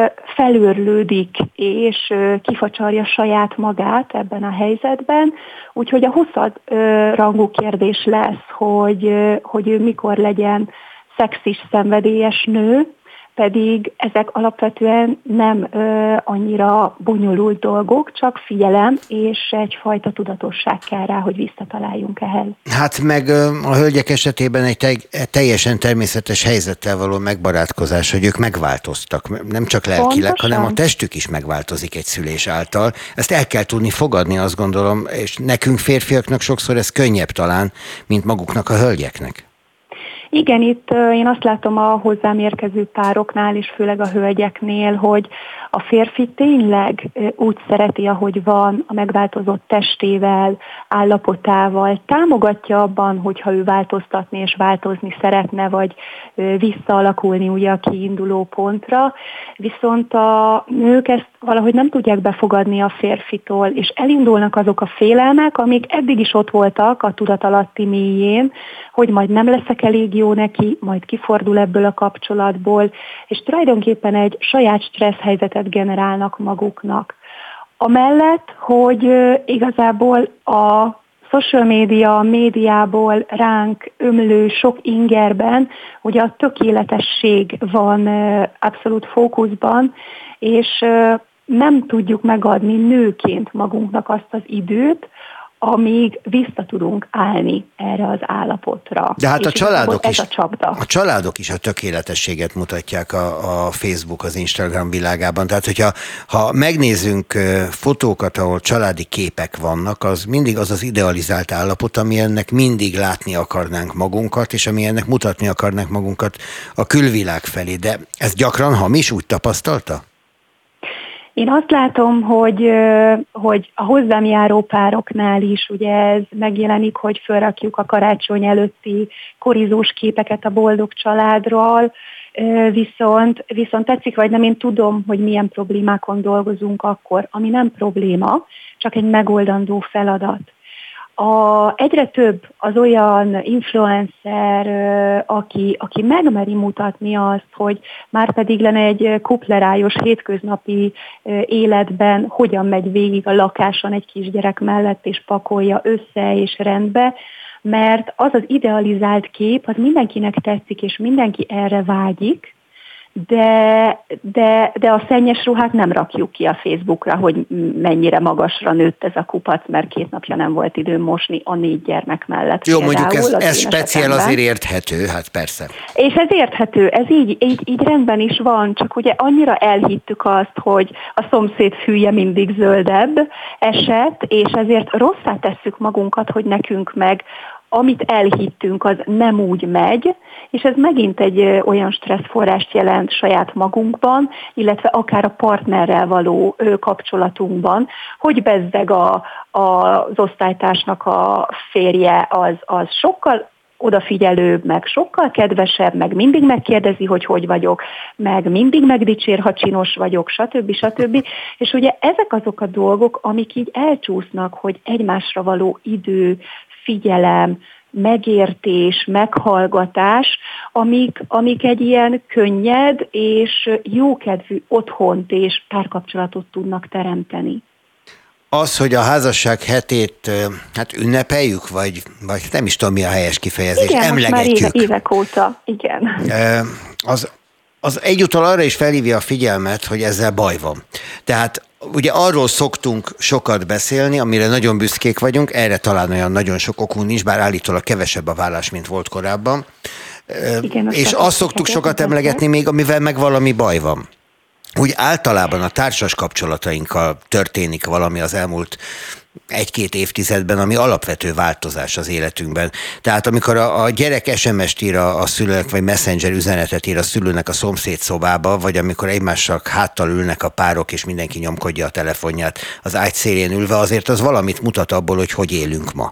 felőrlődik, és kifacsarja saját magát ebben a helyzetben. Úgyhogy a huszadrangú kérdés lesz, hogy, hogy ő mikor legyen szexis, szenvedélyes nő, pedig ezek alapvetően nem ö, annyira bonyolult dolgok, csak figyelem és egyfajta tudatosság kell rá, hogy visszataláljunk ehhez. Hát meg a hölgyek esetében egy teljesen természetes helyzettel való megbarátkozás, hogy ők megváltoztak. Nem csak lelkileg, pontosan, hanem a testük is megváltozik egy szülés által. Ezt el kell tudni fogadni, azt gondolom, és nekünk férfiaknak sokszor ez könnyebb talán, mint maguknak a hölgyeknek. Igen, itt én azt látom a hozzám érkező pároknál, és főleg a hölgyeknél, hogy A férfi tényleg úgy szereti, ahogy van, a megváltozott testével, állapotával, támogatja abban, hogyha ő változtatni és változni szeretne, vagy visszaalakulni ugye a kiinduló pontra, viszont a nők ezt valahogy nem tudják befogadni a férfitól, és elindulnak azok a félelmek, amik eddig is ott voltak a tudatalatti mélyén, hogy majd nem leszek elég jó neki, majd kifordul ebből a kapcsolatból, és tulajdonképpen egy saját stressz helyzetet generálnak maguknak. Amellett, hogy igazából a social média, a médiából ránk ömlő sok ingerben, ugye a tökéletesség van abszolút fókuszban, és nem tudjuk megadni nőként magunknak azt az időt, amíg vissza tudunk állni erre az állapotra. De hát és a családok, is, a, csapda. a családok is a tökéletességet mutatják a, a Facebook, az Instagram világában. Tehát, hogyha ha megnézzünk fotókat, ahol családi képek vannak, az mindig az az idealizált állapot, ami ennek mindig látni akarnánk magunkat, és ami ennek mutatni akarnánk magunkat a külvilág felé. De ez gyakran hamis, úgy tapasztalta? Én azt látom, hogy, hogy a hozzám járó pároknál is ugye ez megjelenik, hogy felrakjuk a karácsony előtti korizós képeket a boldog családról, viszont, viszont tetszik vagy nem, én tudom, hogy milyen problémákon dolgozunk akkor, ami nem probléma, csak egy megoldandó feladat. A, egyre több az olyan influencer, aki, aki megmeri mutatni azt, hogy már pedig lenne egy kuplerájos hétköznapi életben hogyan megy végig a lakáson egy kisgyerek mellett, és pakolja össze és rendbe, mert az az idealizált kép, az mindenkinek tetszik, és mindenki erre vágyik, de, de, de a szennyes ruhát nem rakjuk ki a Facebookra, hogy mennyire magasra nőtt ez a kupac, mert két napja nem volt időm mosni a négy gyermek mellett. Jó, mondjuk ez, ez speciál azért érthető, hát persze. És ez érthető, ez így, így, így rendben is van, csak ugye annyira elhittük azt, hogy a szomszéd fűje mindig zöldebb eset, és ezért rosszá tesszük magunkat, hogy nekünk meg amit elhittünk, az nem úgy megy, és ez megint egy olyan stresszforrást jelent saját magunkban, illetve akár a partnerrel való kapcsolatunkban, hogy bezzeg a, a, az osztálytársnak a férje az, az sokkal odafigyelőbb, meg sokkal kedvesebb, meg mindig megkérdezi, hogy hogy vagyok, meg mindig megdicsér, ha csinos vagyok, stb. stb. És ugye ezek azok a dolgok, amik így elcsúsznak, hogy egymásra való idő, figyelem, megértés, meghallgatás, amik, amik egy ilyen könnyed és jókedvű otthont és párkapcsolatot tudnak teremteni. Az, hogy a házasság hetét hát ünnepeljük, vagy, vagy nem is tudom, mi a helyes kifejezés, igen, emlegetjük. Igen, már évek óta, igen. Az, az egyúttal arra is felhívja a figyelmet, hogy ezzel baj van. Tehát ugye arról szoktunk sokat beszélni, amire nagyon büszkék vagyunk, erre talán olyan nagyon sok okunk nincs, bár állítólag kevesebb a vállás, mint volt korábban. Igen, és azt szoktuk sokat emlegetni még, amivel meg valami baj van. Úgy általában a társas kapcsolatainkkal történik valami az elmúlt egy-két évtizedben, ami alapvető változás az életünkben. Tehát amikor a, a gyerek es em es-t ír a, a szülőnek, vagy messenger üzenetet ír a szülőnek a szomszéd szobába, vagy amikor egymással háttal ülnek a párok, és mindenki nyomkodja a telefonját az ágy szélén ülve, azért az valamit mutat abból, hogy hogy élünk ma.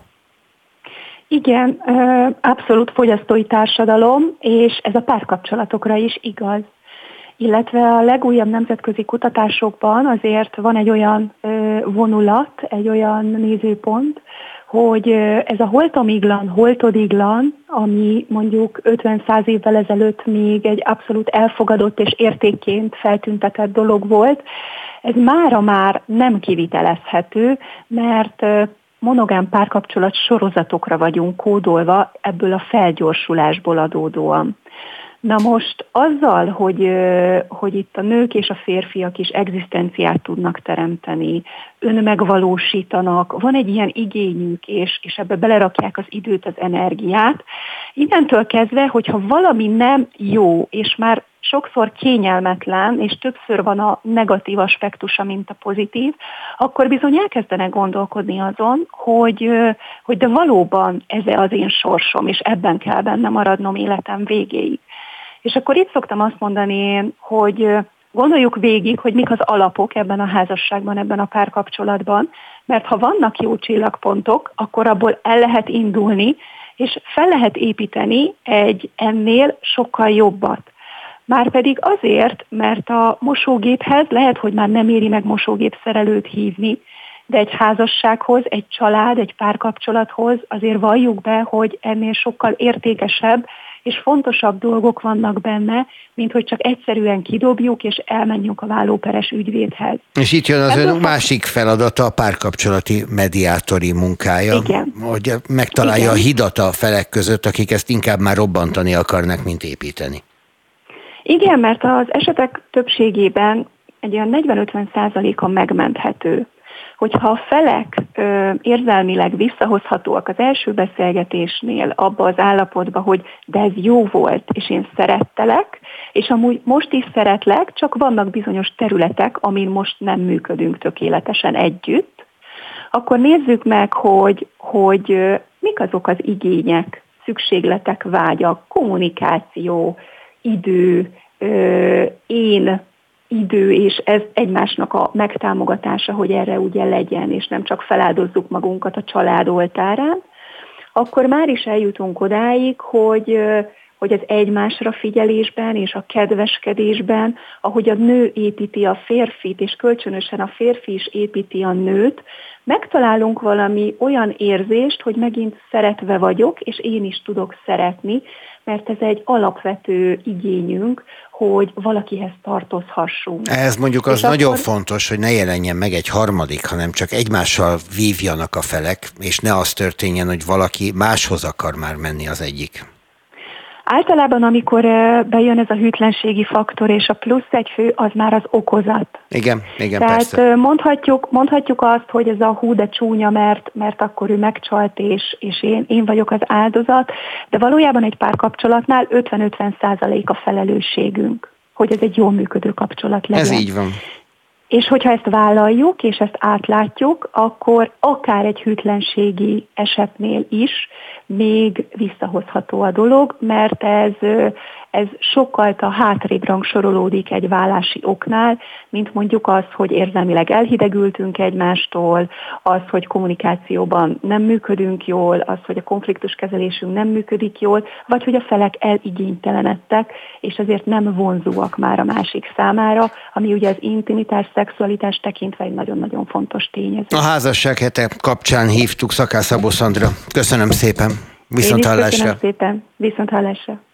Igen, abszolút fogyasztói társadalom, és ez a párkapcsolatokra is igaz. Illetve a legújabb nemzetközi kutatásokban azért van egy olyan vonulat, egy olyan nézőpont, hogy ez a holtamiglan, holtodiglan, ami mondjuk ötven-száz évvel ezelőtt még egy abszolút elfogadott és értékként feltüntetett dolog volt, ez mára már nem kivitelezhető, mert monogám párkapcsolat sorozatokra vagyunk kódolva ebből a felgyorsulásból adódóan. Na most azzal, hogy, hogy itt a nők és a férfiak is egzisztenciát tudnak teremteni, önmegvalósítanak, van egy ilyen igényük, és, és ebbe belerakják az időt, az energiát, innentől kezdve, hogyha valami nem jó, és már sokszor kényelmetlen, és többször van a negatív aspektusa, mint a pozitív, akkor bizony elkezdenek gondolkodni azon, hogy, hogy de valóban ez az én sorsom, és ebben kell benne maradnom életem végéig. És akkor itt szoktam azt mondani én, hogy gondoljuk végig, hogy mik az alapok ebben a házasságban, ebben a párkapcsolatban, mert ha vannak jó csillagpontok, akkor abból el lehet indulni, és fel lehet építeni egy ennél sokkal jobbat. Márpedig azért, mert a mosógéphez lehet, hogy már nem éri meg mosógép szerelőt hívni, de egy házassághoz, egy család, egy párkapcsolathoz azért valljuk be, hogy ennél sokkal értékesebb és fontosabb dolgok vannak benne, mint hogy csak egyszerűen kidobjuk és elmenjünk a vállóperes ügyvédhez. És itt jön az Ebből ön másik feladata, a párkapcsolati mediátori munkája, Igen. hogy megtalálja Igen. a hidat a felek között, akik ezt inkább már robbantani akarnak, mint építeni. Igen, mert az esetek többségében egy olyan negyven-ötven százaléka megmenthető. Hogyha a felek ö, érzelmileg visszahozhatóak az első beszélgetésnél abba az állapotba, hogy de ez jó volt, és én szerettelek, és amúgy most is szeretlek, csak vannak bizonyos területek, amin most nem működünk tökéletesen együtt, akkor nézzük meg, hogy, hogy ö, mik azok az igények, szükségletek, vágyak, kommunikáció, idő, ö, én, idő, és ez egymásnak a megtámogatása, hogy erre ugye legyen, és nem csak feláldozzuk magunkat a család oltárán, akkor már is eljutunk odáig, hogy, hogy az egymásra figyelésben és a kedveskedésben, ahogy a nő építi a férfit, és kölcsönösen a férfi is építi a nőt, megtalálunk valami olyan érzést, hogy megint szeretve vagyok, és én is tudok szeretni, mert ez egy alapvető igényünk, hogy valakihez tartozhassunk. Ez mondjuk az és nagyon akkor... fontos, hogy ne jelenjen meg egy harmadik, hanem csak egymással vívjanak a felek, és ne az történjen, hogy valaki máshoz akar már menni az egyik. Általában, amikor bejön ez a hűtlenségi faktor, és a plusz egy fő, az már az okozat. Igen, igen, Tehát persze. mondhatjuk, mondhatjuk azt, hogy ez a hú de csúnya, mert, mert akkor ő megcsalt, és, és én, én vagyok az áldozat, de valójában egy párkapcsolatnál ötven-ötven százalék a felelősségünk, hogy ez egy jól működő kapcsolat legyen. Ez így van. És hogyha ezt vállaljuk, és ezt átlátjuk, akkor akár egy hűtlenségi esetnél is még visszahozható a dolog, mert ez, ez sokkal a hátrébb rangsorolódik egy vállási oknál, mint mondjuk az, hogy érzelmileg elhidegültünk egymástól, az, hogy kommunikációban nem működünk jól, az, hogy a konfliktuskezelésünk nem működik jól, vagy hogy a felek eligénytelenedtek, és ezért nem vonzóak már a másik számára, ami ugye az intimitás, szexualitás tekintve egy nagyon-nagyon fontos tényező. A házasság hete kapcsán hívtuk Szakász Szabó Szandra. Köszönöm szépen. Viszont hallásra. Köszönöm szépen. Viszont hallásra.